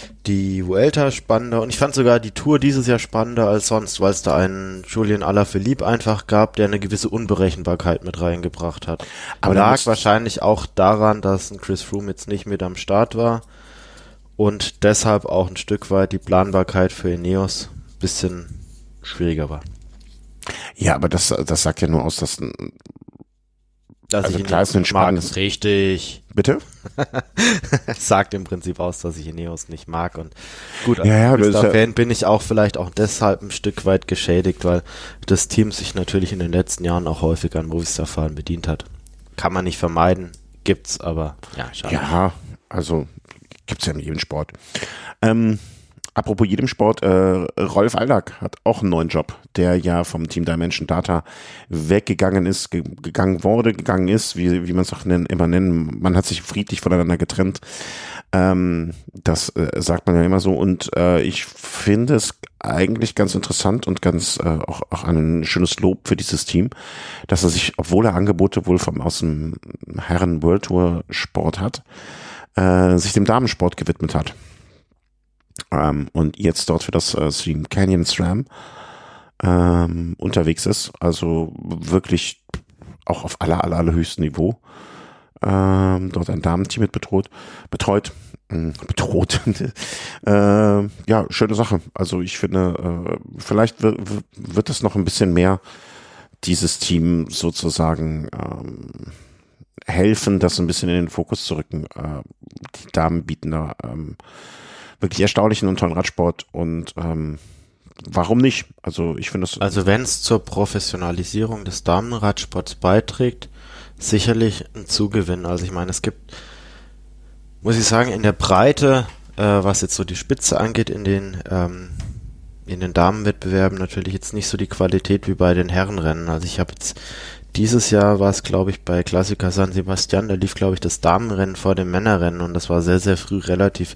die Vuelta spannender und ich fand sogar die Tour dieses Jahr spannender als sonst, weil es da einen Julian Alaphilippe einfach gab, der eine gewisse Unberechenbarkeit mit reingebracht hat. Aber lag wahrscheinlich auch daran, dass ein Chris Froome jetzt nicht mit am Start war und deshalb auch ein Stück weit die Planbarkeit für Ineos ein bisschen schwieriger war. Ja, aber das sagt ja nur aus, dass also ich klar ist ein spannendes. Richtig. Bitte? Sagt im Prinzip aus, dass ich Ineos nicht mag und gut, als Fan bin ich auch vielleicht auch deshalb ein Stück weit geschädigt, weil das Team sich natürlich in den letzten Jahren auch häufig an Movistar-Fahrern bedient hat. Kann man nicht vermeiden, gibt's, aber ja, schade. Ja, also gibt's ja in jedem Sport. Apropos jedem Sport, Rolf Aldag hat auch einen neuen Job, der ja vom Team Dimension Data weggegangen ist, gegangen ist, wie man es auch immer nennen. Man hat sich friedlich voneinander getrennt. Das sagt man ja immer so. Und ich finde es eigentlich ganz interessant und ganz auch ein schönes Lob für dieses Team, dass er sich, obwohl er Angebote wohl aus dem Herren World Tour Sport hat, sich dem Damensport gewidmet hat. Und jetzt dort für das Stream Canyon SRAM unterwegs ist, also wirklich auch auf allerhöchstem Niveau dort ein Damenteam mit betreut. Ja, schöne Sache. Also ich finde, vielleicht wird es noch ein bisschen mehr dieses Team sozusagen helfen, das ein bisschen in den Fokus zu rücken. Die Damen bieten da wirklich erstaunlichen und tollen Radsport und warum nicht? Also ich finde es. Also wenn es zur Professionalisierung des Damenradsports beiträgt, sicherlich ein Zugewinn. Also ich meine, es gibt, muss ich sagen, in der Breite, was jetzt so die Spitze angeht, in den Damenwettbewerben natürlich jetzt nicht so die Qualität wie bei den Herrenrennen. Also ich habe jetzt dieses Jahr war es, glaube ich, bei Classica San Sebastian, da lief, glaube ich, das Damenrennen vor dem Männerrennen und das war sehr, sehr früh relativ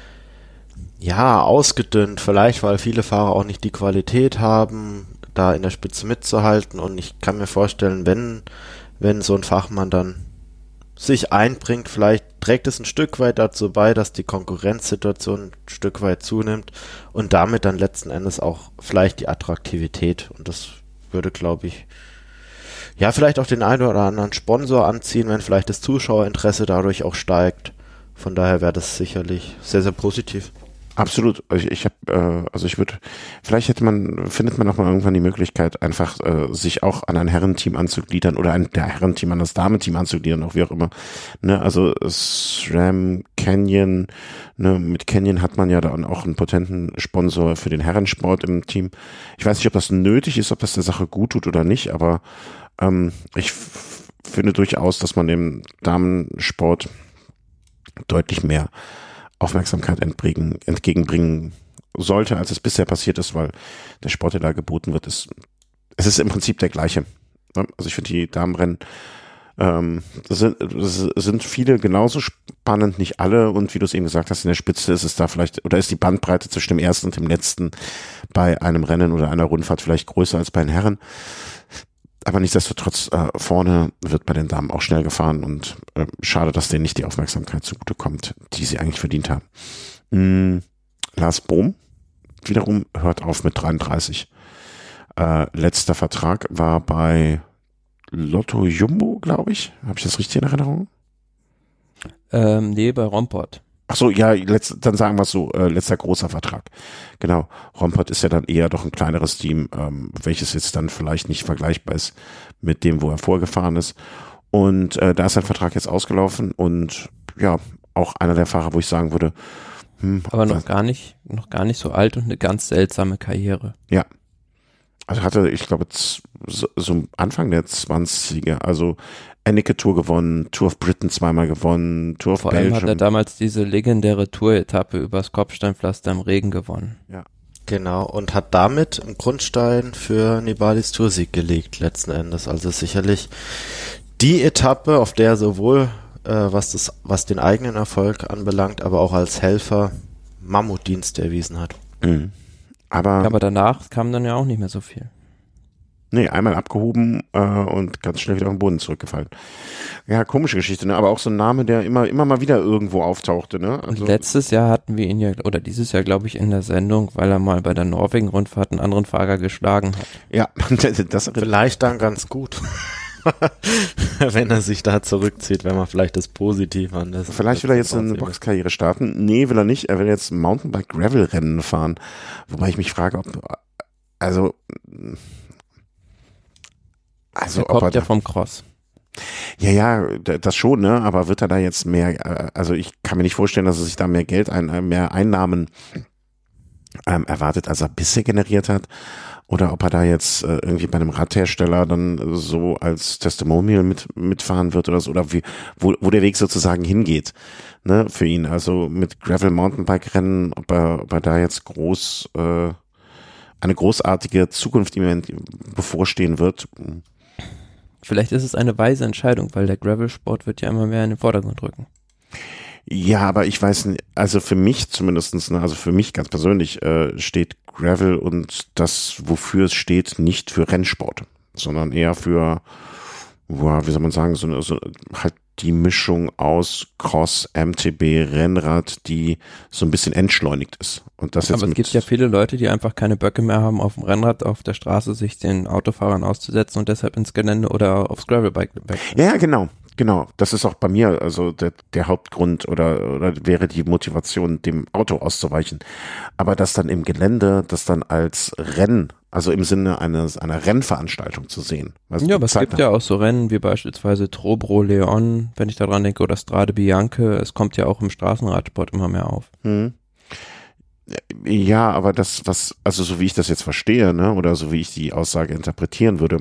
ausgedünnt, vielleicht weil viele Fahrer auch nicht die Qualität haben, da in der Spitze mitzuhalten und ich kann mir vorstellen, wenn so ein Fachmann dann sich einbringt, vielleicht trägt es ein Stück weit dazu bei, dass die Konkurrenzsituation ein Stück weit zunimmt und damit dann letzten Endes auch vielleicht die Attraktivität und das würde, glaube ich, ja vielleicht auch den einen oder anderen Sponsor anziehen, wenn vielleicht das Zuschauerinteresse dadurch auch steigt. Von daher wäre das sicherlich sehr, sehr positiv. Absolut. Vielleicht findet man auch mal irgendwann die Möglichkeit, einfach sich auch an ein Herrenteam anzugliedern oder der Herrenteam an das Damenteam anzugliedern, auch wie auch immer. Ne, also SRAM, Canyon, ne, mit Canyon hat man ja dann auch einen potenten Sponsor für den Herrensport im Team. Ich weiß nicht, ob das nötig ist, ob das der Sache gut tut oder nicht, aber ich finde durchaus, dass man dem Damensport deutlich mehr Aufmerksamkeit entgegenbringen sollte, als es bisher passiert ist, weil der Sport, der da geboten wird, es ist im Prinzip der gleiche. Also ich finde die Damenrennen sind viele genauso spannend, nicht alle, und wie du es eben gesagt hast, in der Spitze ist es da vielleicht, oder ist die Bandbreite zwischen dem ersten und dem letzten bei einem Rennen oder einer Rundfahrt vielleicht größer als bei den Herren. Aber nichtsdestotrotz, vorne wird bei den Damen auch schnell gefahren und schade, dass denen nicht die Aufmerksamkeit zugutekommt, die sie eigentlich verdient haben. Lars Bohm wiederum hört auf mit 33. Letzter Vertrag war bei Lotto Jumbo, glaube ich. Habe ich das richtig in Erinnerung? Nee, bei Rompot. Ach so, ja, dann sagen wir es so, letzter großer Vertrag. Genau, Rompot ist ja dann eher doch ein kleineres Team, welches jetzt dann vielleicht nicht vergleichbar ist mit dem, wo er vorgefahren ist. Und da ist sein Vertrag jetzt ausgelaufen und ja, auch einer der Fahrer, wo ich sagen würde, aber noch gar nicht so alt und eine ganz seltsame Karriere. Ja. Also hatte, ich glaube, so Anfang der 20er, also Anneke Tour gewonnen, Tour of Britain zweimal gewonnen, Tour of Belgium. Vor allem hat er damals diese legendäre Tour-Etappe übers Kopfsteinpflaster im Regen gewonnen. Ja. Genau, und hat damit einen Grundstein für Nibalis Toursieg gelegt, letzten Endes. Also sicherlich die Etappe, auf der sowohl was den eigenen Erfolg anbelangt, aber auch als Helfer Mammutdienst erwiesen hat. Mhm. Aber danach kam dann ja auch nicht mehr so viel. Nee, einmal abgehoben und ganz schnell wieder auf den Boden zurückgefallen. Ja, komische Geschichte, ne? Aber auch so ein Name, der immer mal wieder irgendwo auftauchte, ne? Also letztes Jahr hatten wir ihn ja, oder dieses Jahr, glaube ich, in der Sendung, weil er mal bei der Norwegen-Rundfahrt einen anderen Fahrer geschlagen hat. Ja, das vielleicht dann ganz gut. Wenn er sich da zurückzieht, wenn man vielleicht das Positiv an das. Vielleicht will er jetzt eine Boxkarriere starten. Nee, will er nicht. Er will jetzt Mountainbike-Gravel-Rennen fahren. Wobei ich mich frage, ob er kommt ja vom Cross. Ja, das schon, ne? Aber wird er da jetzt mehr, also ich kann mir nicht vorstellen, dass er sich da mehr Geld, mehr Einnahmen erwartet, als er bisher generiert hat. Oder ob er da jetzt irgendwie bei einem Radhersteller dann so als Testimonial mitfahren wird oder so, oder wo der Weg sozusagen hingeht, ne, für ihn. Also mit Gravel Mountainbike Rennen, ob er da jetzt eine großartige Zukunft ihm bevorstehen wird. Vielleicht ist es eine weise Entscheidung, weil der Gravel-Sport wird ja immer mehr in den Vordergrund rücken. Ja, aber ich weiß nicht, also für mich zumindestens, ne, also für mich ganz persönlich steht Gravel und das, wofür es steht, nicht für Rennsport, sondern eher für, wie soll man sagen, so halt die Mischung aus Cross, MTB, Rennrad, die so ein bisschen entschleunigt ist. Und das jetzt aber es gibt ja viele Leute, die einfach keine Böcke mehr haben, auf dem Rennrad auf der Straße sich den Autofahrern auszusetzen und deshalb ins Gelände oder aufs Gravelbike wechseln. Ja, genau. Das ist auch bei mir also der Hauptgrund oder wäre die Motivation, dem Auto auszuweichen. Aber das dann im Gelände, das dann als Rennen, also im Sinne einer Rennveranstaltung zu sehen. Ja, aber es gibt ja auch so Rennen wie beispielsweise Trobro Leon, wenn ich daran denke, oder Strade Bianche. Es kommt ja auch im Straßenradsport immer mehr auf. Ja, aber also so wie ich das jetzt verstehe, ne, oder so wie ich die Aussage interpretieren würde,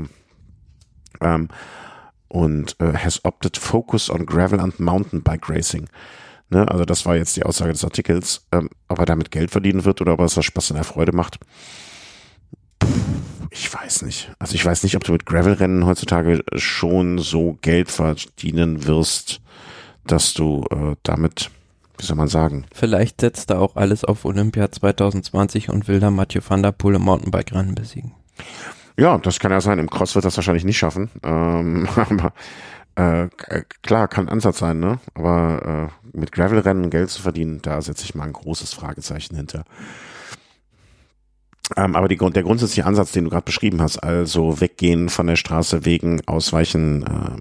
has opted focus on gravel and mountain bike racing. Ne, also das war jetzt die Aussage des Artikels. Ob er damit Geld verdienen wird oder ob er es aus Spaß und der Freude macht, ich weiß nicht. Also ich weiß nicht, ob du mit Gravelrennen heutzutage schon so Geld verdienen wirst, dass du damit, wie soll man sagen? Vielleicht setzt er auch alles auf Olympia 2020 und will da Mathieu van der Poel im Mountainbike-Rennen besiegen. Ja, das kann ja sein. Im Cross wird das wahrscheinlich nicht schaffen. Aber klar, kann ein Ansatz sein, ne? Aber mit Gravelrennen Geld zu verdienen, da setze ich mal ein großes Fragezeichen hinter. Aber der grundsätzliche Ansatz, den du gerade beschrieben hast, also weggehen von der Straße wegen Ausweichen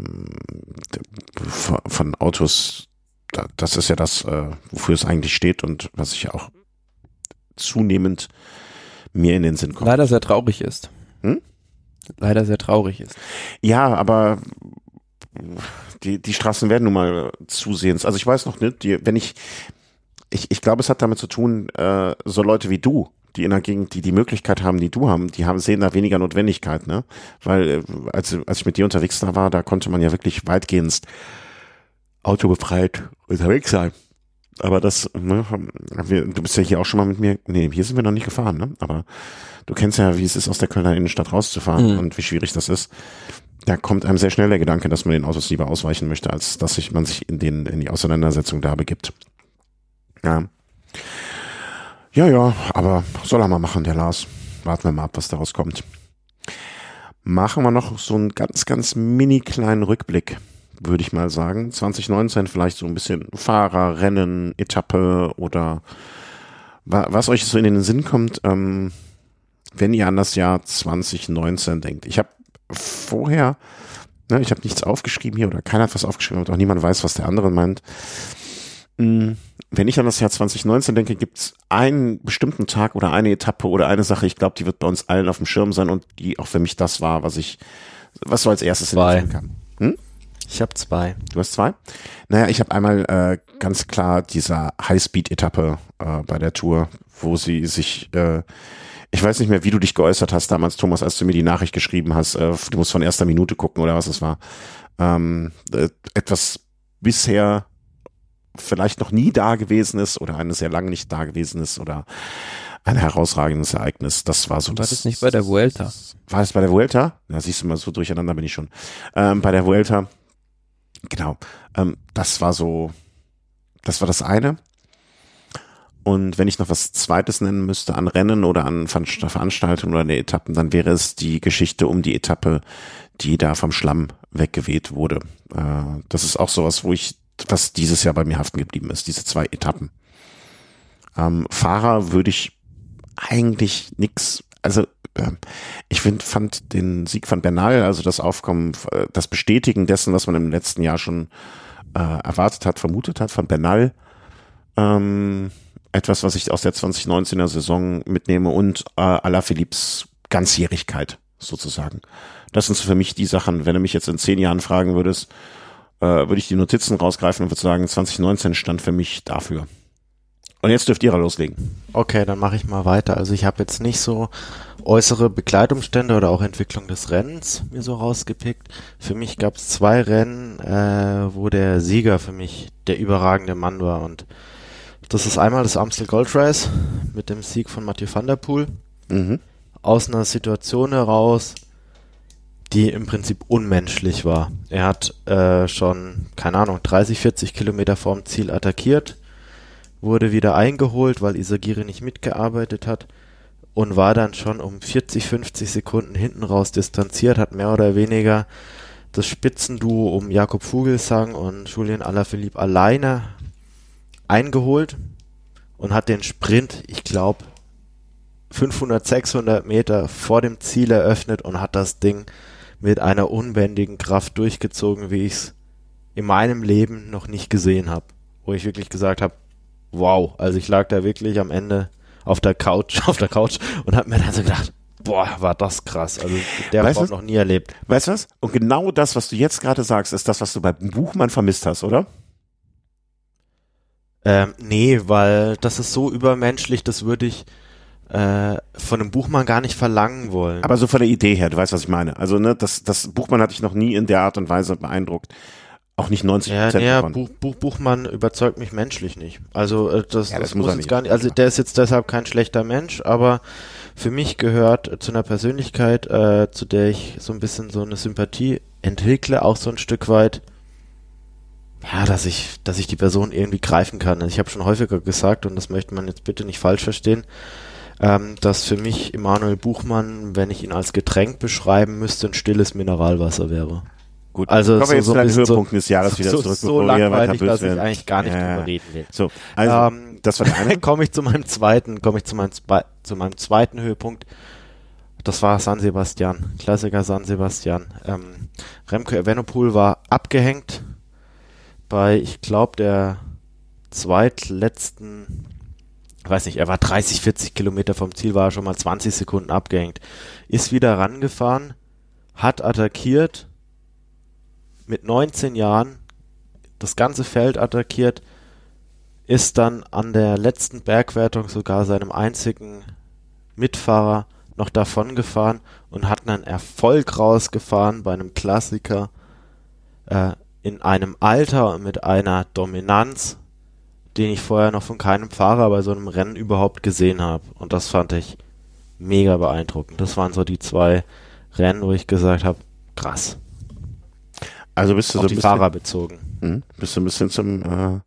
von Autos, das ist ja das, wofür es eigentlich steht und was ich ja auch zunehmend mir in den Sinn kommt. Leider sehr traurig ist. Leider sehr traurig ist. Ja, aber die Straßen werden nun mal zusehends, also ich weiß noch nicht, ich glaube, es hat damit zu tun, so Leute wie du, die in der Gegend, die Möglichkeit haben, die sehen da weniger Notwendigkeit, ne? Weil als ich mit dir unterwegs war, da konnte man ja wirklich weitgehend autobefreit unterwegs sein. Aber das, ne, du bist ja hier auch schon mal mit mir, nee, hier sind wir noch nicht gefahren, ne? Aber du kennst ja, wie es ist, aus der Kölner Innenstadt rauszufahren und wie schwierig das ist. Da kommt einem sehr schnell der Gedanke, dass man den Autos lieber ausweichen möchte, als dass man sich in die Auseinandersetzung da begibt. Ja, aber soll er mal machen, der Lars. Warten wir mal ab, was daraus kommt. Machen wir noch so einen ganz, ganz mini kleinen Rückblick, würde ich mal sagen. 2019 vielleicht so ein bisschen Fahrer, Rennen, Etappe oder was euch so in den Sinn kommt, wenn ihr an das Jahr 2019 denkt. Ich habe vorher, ne, ich habe nichts aufgeschrieben hier oder keiner hat was aufgeschrieben und auch niemand weiß, was der andere meint. Wenn ich an das Jahr 2019 denke, gibt es einen bestimmten Tag oder eine Etappe oder eine Sache, ich glaube, die wird bei uns allen auf dem Schirm sein und die auch für mich das war, was so als erstes in den Sinn kam. Ich habe 2. Du hast 2? Naja, ich habe einmal ganz klar dieser Highspeed-Etappe bei der Tour, wo sie sich, ich weiß nicht mehr, wie du dich geäußert hast damals, Thomas, als du mir die Nachricht geschrieben hast, du musst von erster Minute gucken oder was es war. Etwas bisher vielleicht noch nie da gewesen ist oder eine sehr lange nicht da gewesen ist oder ein herausragendes Ereignis. Das war so. War das nicht bei der Vuelta? War es bei der Vuelta? Ja, siehst du mal, so durcheinander bin ich schon. Bei der Vuelta, genau. Das war das eine. Und wenn ich noch was Zweites nennen müsste an Rennen oder an Veranstaltungen oder an Etappen, dann wäre es die Geschichte um die Etappe, die da vom Schlamm weggeweht wurde. Das ist auch sowas, was dieses Jahr bei mir haften geblieben ist, diese 2 Etappen. Fahrer würde ich eigentlich nix, also ich fand den Sieg von Bernal, also das Aufkommen, das Bestätigen dessen, was man im letzten Jahr schon erwartet hat, vermutet hat von Bernal, etwas, was ich aus der 2019er Saison mitnehme und Alaphilippes Ganzjährigkeit sozusagen. Das sind für mich die Sachen, wenn du mich jetzt in 10 Jahren fragen würdest, würde ich die Notizen rausgreifen und würde sagen, 2019 stand für mich dafür. Und jetzt dürft ihr loslegen. Okay, dann mache ich mal weiter. Also ich habe jetzt nicht so äußere Begleitumstände oder auch Entwicklung des Rennens mir so rausgepickt. Für mich gab es 2 Rennen, wo der Sieger für mich der überragende Mann war. Und das ist einmal das Amstel Gold Race mit dem Sieg von Mathieu van der Poel. Aus einer Situation heraus, die im Prinzip unmenschlich war. Er hat schon, keine Ahnung, 30, 40 Kilometer vorm Ziel attackiert, wurde wieder eingeholt, weil Izagirre nicht mitgearbeitet hat und war dann schon um 40, 50 Sekunden hinten raus distanziert, hat mehr oder weniger das Spitzenduo um Jakob Fuglsang und Julian Alaphilippe alleine eingeholt und hat den Sprint, ich glaube, 500, 600 Meter vor dem Ziel eröffnet und hat das Ding mit einer unbändigen Kraft durchgezogen, wie ich es in meinem Leben noch nicht gesehen habe. Wo ich wirklich gesagt habe, wow, also ich lag da wirklich am Ende auf der Couch und habe mir dann so gedacht, boah, war das krass. Also der habe ich noch nie erlebt. Weißt du was? Und genau das, was du jetzt gerade sagst, ist das, was du bei Buchmann vermisst hast, oder? Nee, weil das ist so übermenschlich, das würde ich von einem Buchmann gar nicht verlangen wollen. Aber so von der Idee her, du weißt, was ich meine. Also ne, das Buchmann hatte ich noch nie in der Art und Weise beeindruckt. Auch nicht 90% davon. Buchmann überzeugt mich menschlich nicht. Also das muss jetzt gar nicht. Also der ist jetzt deshalb kein schlechter Mensch, aber für mich gehört zu einer Persönlichkeit, zu der ich so ein bisschen so eine Sympathie entwickle, auch so ein Stück weit, ja, dass ich die Person irgendwie greifen kann. Also ich habe schon häufiger gesagt, und das möchte man jetzt bitte nicht falsch verstehen, dass für mich Emanuel Buchmann, wenn ich ihn als Getränk beschreiben müsste, ein stilles Mineralwasser wäre. Gut, also kommen wir jetzt so zu den Höhepunkten des Jahres wieder zurück, so langweilig, dass ich eigentlich gar nicht drüber reden will. So, also das war der eine. Komme ich zu meinem zweiten Höhepunkt. Das war San Sebastian, Klassiker San Sebastian. Remco Evenepoel war abgehängt bei, ich glaube, der zweitletzten, ich weiß nicht, er war 30, 40 Kilometer vom Ziel, war er schon mal 20 Sekunden abgehängt. Ist wieder rangefahren, hat attackiert, mit 19 Jahren das ganze Feld attackiert, ist dann an der letzten Bergwertung sogar seinem einzigen Mitfahrer noch davon gefahren und hat einen Erfolg rausgefahren bei einem Klassiker in einem Alter und mit einer Dominanz, den ich vorher noch von keinem Fahrer bei so einem Rennen überhaupt gesehen habe. Und das fand ich mega beeindruckend. Das waren so die 2 Rennen, wo ich gesagt habe, krass. Also bist du auf so die ein bisschen, Fahrer bezogen. Bist du ein bisschen zum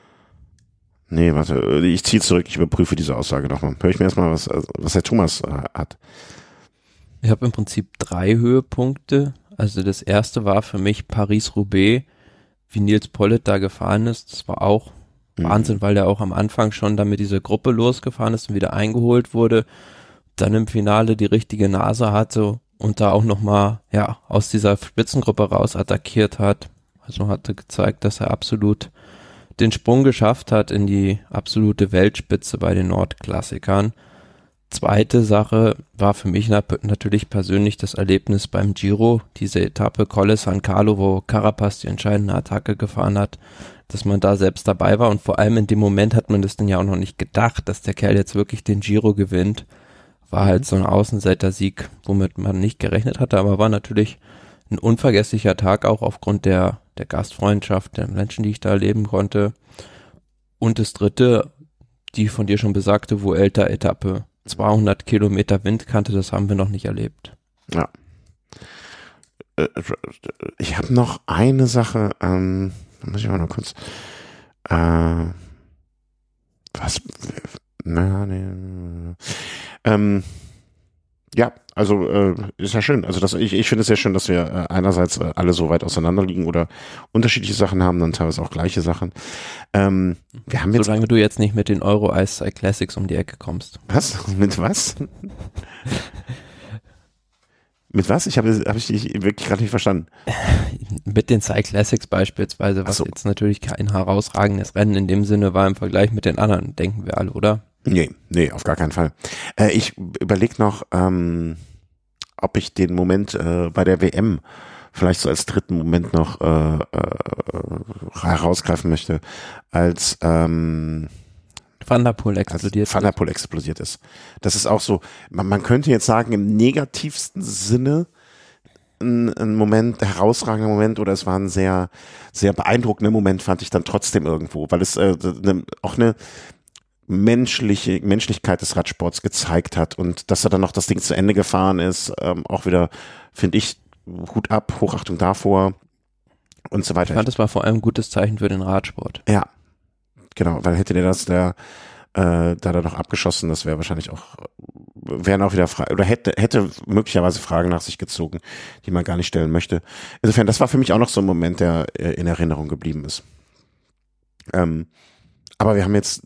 nee, warte, ich ziehe zurück, ich überprüfe diese Aussage nochmal. Hör ich mir erstmal, was der Thomas hat. Ich habe im Prinzip 3 Höhepunkte. Also das erste war für mich Paris-Roubaix, wie Nils Pollitt da gefahren ist. Das war auch Wahnsinn, weil der auch am Anfang schon dann mit dieser Gruppe losgefahren ist und wieder eingeholt wurde. Dann im Finale die richtige Nase hatte und da auch nochmal, ja, aus dieser Spitzengruppe raus attackiert hat. Also hatte gezeigt, dass er absolut den Sprung geschafft hat in die absolute Weltspitze bei den Nordklassikern. Zweite Sache war für mich natürlich persönlich das Erlebnis beim Giro, diese Etappe Colle San Carlo, wo Carapaz die entscheidende Attacke gefahren hat, dass man da selbst dabei war und vor allem in dem Moment hat man das dann ja auch noch nicht gedacht, dass der Kerl jetzt wirklich den Giro gewinnt. War halt so ein Außenseiter-Sieg, womit man nicht gerechnet hatte, aber war natürlich ein unvergesslicher Tag auch aufgrund der Gastfreundschaft, der Menschen, die ich da erleben konnte. Und das dritte, die von dir schon besagte Vuelta-Etappe, 200 Kilometer Windkante, das haben wir noch nicht erlebt. Ja. Ich habe noch eine Sache, muss ich mal noch kurz, Was? Ja, also ist ja schön. Also ich finde es sehr schön, dass wir einerseits alle so weit auseinander liegen oder unterschiedliche Sachen haben, dann teilweise auch gleiche Sachen. Wir haben jetzt, solange du jetzt nicht mit den Euro Ice Style Classics um die Ecke kommst. Was? Mit was? Mit was? Hab ich dich wirklich gerade nicht verstanden. Mit den Style Classics beispielsweise, was jetzt natürlich kein herausragendes Rennen in dem Sinne war im Vergleich mit den anderen, denken wir alle, oder? Nee, auf gar keinen Fall. Ich überlege noch, ob ich den Moment bei der WM vielleicht so als dritten Moment noch herausgreifen möchte, als Van der Poel explodiert ist. Das ist auch so, man könnte jetzt sagen, im negativsten Sinne ein Moment, herausragender Moment, oder es war ein sehr, sehr beeindruckender Moment, fand ich dann trotzdem irgendwo, weil es auch eine Menschlichkeit des Radsports gezeigt hat und dass er dann noch das Ding zu Ende gefahren ist, auch wieder, finde ich, Hut ab, Hochachtung davor und so weiter. Ich fand, das war vor allem ein gutes Zeichen für den Radsport. Ja, genau, weil hätte der das da noch abgeschossen, das wäre wahrscheinlich auch, wären auch wieder Fragen, oder hätte möglicherweise Fragen nach sich gezogen, die man gar nicht stellen möchte. Insofern, das war für mich auch noch so ein Moment, der in Erinnerung geblieben ist. Aber wir haben jetzt,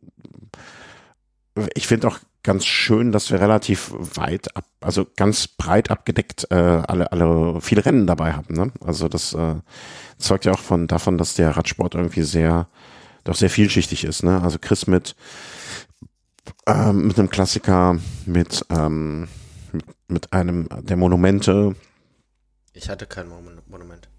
ich finde auch ganz schön, dass wir relativ weit also ganz breit abgedeckt viele Rennen dabei haben. Ne? Also das zeugt ja auch davon, dass der Radsport irgendwie sehr vielschichtig ist. Ne? Also Chris mit einem Klassiker, mit einem der Monumente. Ich hatte kein Monument.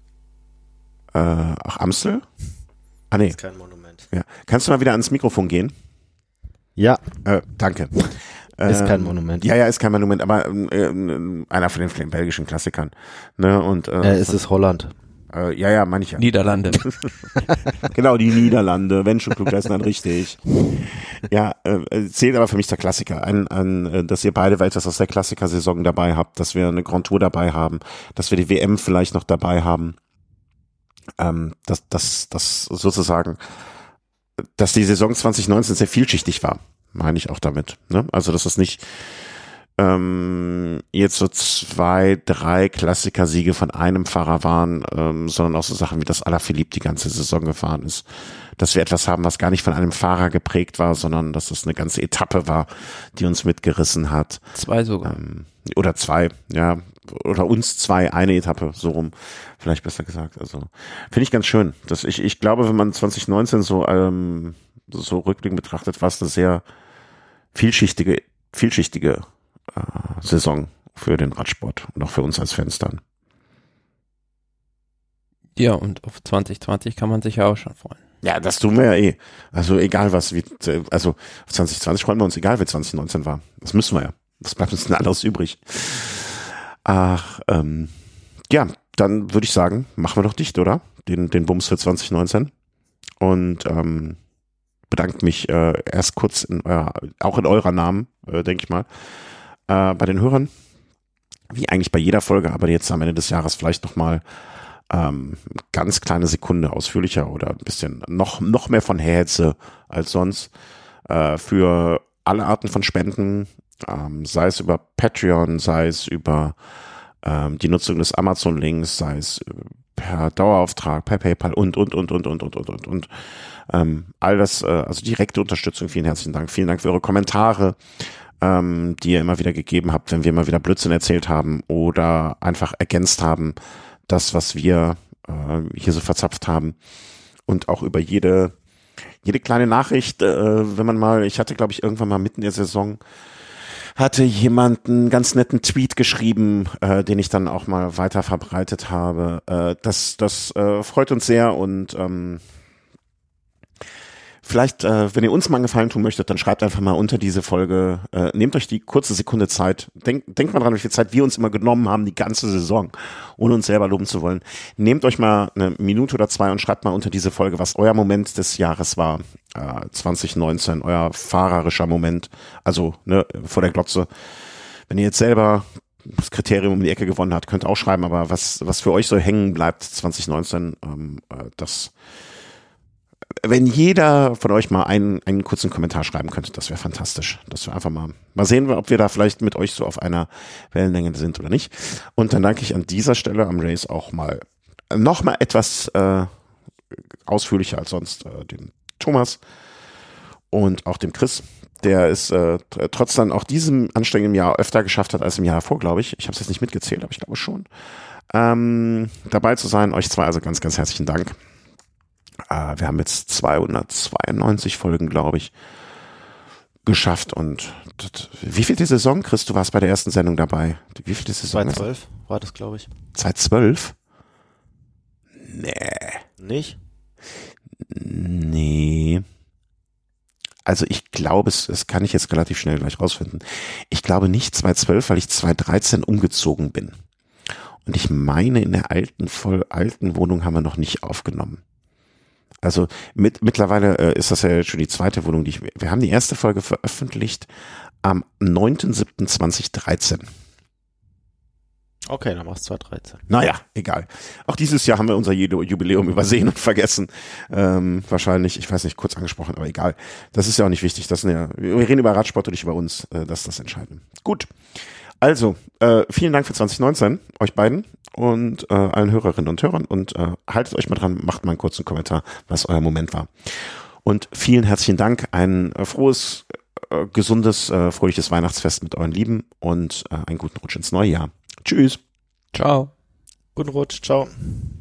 Auch Amstel? Ah nee. Das ist kein Monument. Ja. Kannst du mal wieder ans Mikrofon gehen? Ja. Danke. Ist kein Monument. Ja, ist kein Monument, aber einer von den belgischen Klassikern. Ne? Und es ist Holland. Ja, meine ich ja. Niederlande. Genau, die Niederlande, wenn schon klug, das ist dann richtig. Ja, zählt aber für mich der Klassiker. Dass ihr beide etwas aus der Klassiker-Saison dabei habt, dass wir eine Grand Tour dabei haben, dass wir die WM vielleicht noch dabei haben. Dass sozusagen, dass die Saison 2019 sehr vielschichtig war, meine ich auch damit. Ne? Also, dass es nicht jetzt so 2, 3 Klassiker-Siege von einem Fahrer waren, sondern auch so Sachen wie das Alaphilippe die ganze Saison gefahren ist. Dass wir etwas haben, was gar nicht von einem Fahrer geprägt war, sondern dass es eine ganze Etappe war, die uns mitgerissen hat. 2 sogar. Oder 2, ja. Oder uns 2, eine Etappe, so rum, vielleicht besser gesagt. Also finde ich ganz schön. Ich glaube, wenn man 2019 so rückblickend betrachtet, war es eine sehr vielschichtige Saison für den Radsport und auch für uns als Fans dann. Ja, und auf 2020 kann man sich ja auch schon freuen. Ja, das tun wir ja eh. Also egal auf 2020 freuen wir uns, egal wie 2019 war. Das müssen wir ja. Was bleibt uns denn anderes übrig? Ach, ja, dann würde ich sagen, machen wir doch dicht, oder? Den Bums für 2019. Und bedanke mich erst kurz auch in eurer Namen, denke ich mal, bei den Hörern, wie eigentlich bei jeder Folge, aber jetzt am Ende des Jahres vielleicht nochmal ganz kleine Sekunde ausführlicher oder ein bisschen noch mehr von Hetze als sonst für alle Arten von Spenden, sei es über Patreon, sei es über die Nutzung des Amazon-Links, sei es per Dauerauftrag, per PayPal und. All das, also direkte Unterstützung, vielen herzlichen Dank. Vielen Dank für eure Kommentare, die ihr immer wieder gegeben habt, wenn wir immer wieder Blödsinn erzählt haben oder einfach ergänzt haben, das, was wir hier so verzapft haben. Und auch über jede kleine Nachricht, wenn man mal, ich hatte, glaube ich, irgendwann mal mitten in der Saison, hatte jemand einen ganz netten Tweet geschrieben, den ich dann auch mal weiter verbreitet habe. Das freut uns sehr und vielleicht, wenn ihr uns mal einen Gefallen tun möchtet, dann schreibt einfach mal unter diese Folge, nehmt euch die kurze Sekunde Zeit, denkt mal dran, wie viel Zeit wir uns immer genommen haben, die ganze Saison, ohne uns selber loben zu wollen. Nehmt euch mal eine Minute oder 2 und schreibt mal unter diese Folge, was euer Moment des Jahres war, 2019, euer fahrerischer Moment, also vor der Glotze. Wenn ihr jetzt selber das Kriterium um die Ecke gewonnen habt, könnt ihr auch schreiben, aber was für euch so hängen bleibt 2019, das wenn jeder von euch mal einen kurzen Kommentar schreiben könnte, das wäre fantastisch. Das wäre einfach mal sehen, ob wir da vielleicht mit euch so auf einer Wellenlänge sind oder nicht. Und dann danke ich an dieser Stelle am Race auch noch mal etwas ausführlicher als sonst dem Thomas und auch dem Chris, der es trotz dann auch diesem anstrengenden Jahr öfter geschafft hat als im Jahr davor, glaube ich. Ich habe es jetzt nicht mitgezählt, aber ich glaube schon. Dabei zu sein. Euch zwei also ganz, ganz herzlichen Dank. Wir haben jetzt 292 Folgen, glaube ich, geschafft. Und wie viel die Saison, Chris? Du warst bei der ersten Sendung dabei. Wie viel die Saison? 2012 war das, glaube ich. 2012? Nee. Nicht? Nee. Also ich glaube, das kann ich jetzt relativ schnell gleich rausfinden. Ich glaube nicht 2012, weil ich 2013 umgezogen bin. Und ich meine, in der alten Wohnung haben wir noch nicht aufgenommen. Also mittlerweile ist das ja jetzt schon die zweite Wohnung, wir haben die erste Folge veröffentlicht am 9.7.2013. Okay, dann machst du 2013. Naja, egal. Auch dieses Jahr haben wir unser Jubiläum übersehen und vergessen. Wahrscheinlich, ich weiß nicht, kurz angesprochen, aber egal. Das ist ja auch nicht wichtig. Wir reden über Radsport und nicht über uns. Das ist das Entscheidende. Gut. Also, vielen Dank für 2019, euch beiden und allen Hörerinnen und Hörern und haltet euch mal dran, macht mal einen kurzen Kommentar, was euer Moment war. Und vielen herzlichen Dank, ein frohes, gesundes, fröhliches Weihnachtsfest mit euren Lieben und einen guten Rutsch ins neue Jahr. Tschüss. Ciao. Guten Rutsch, ciao.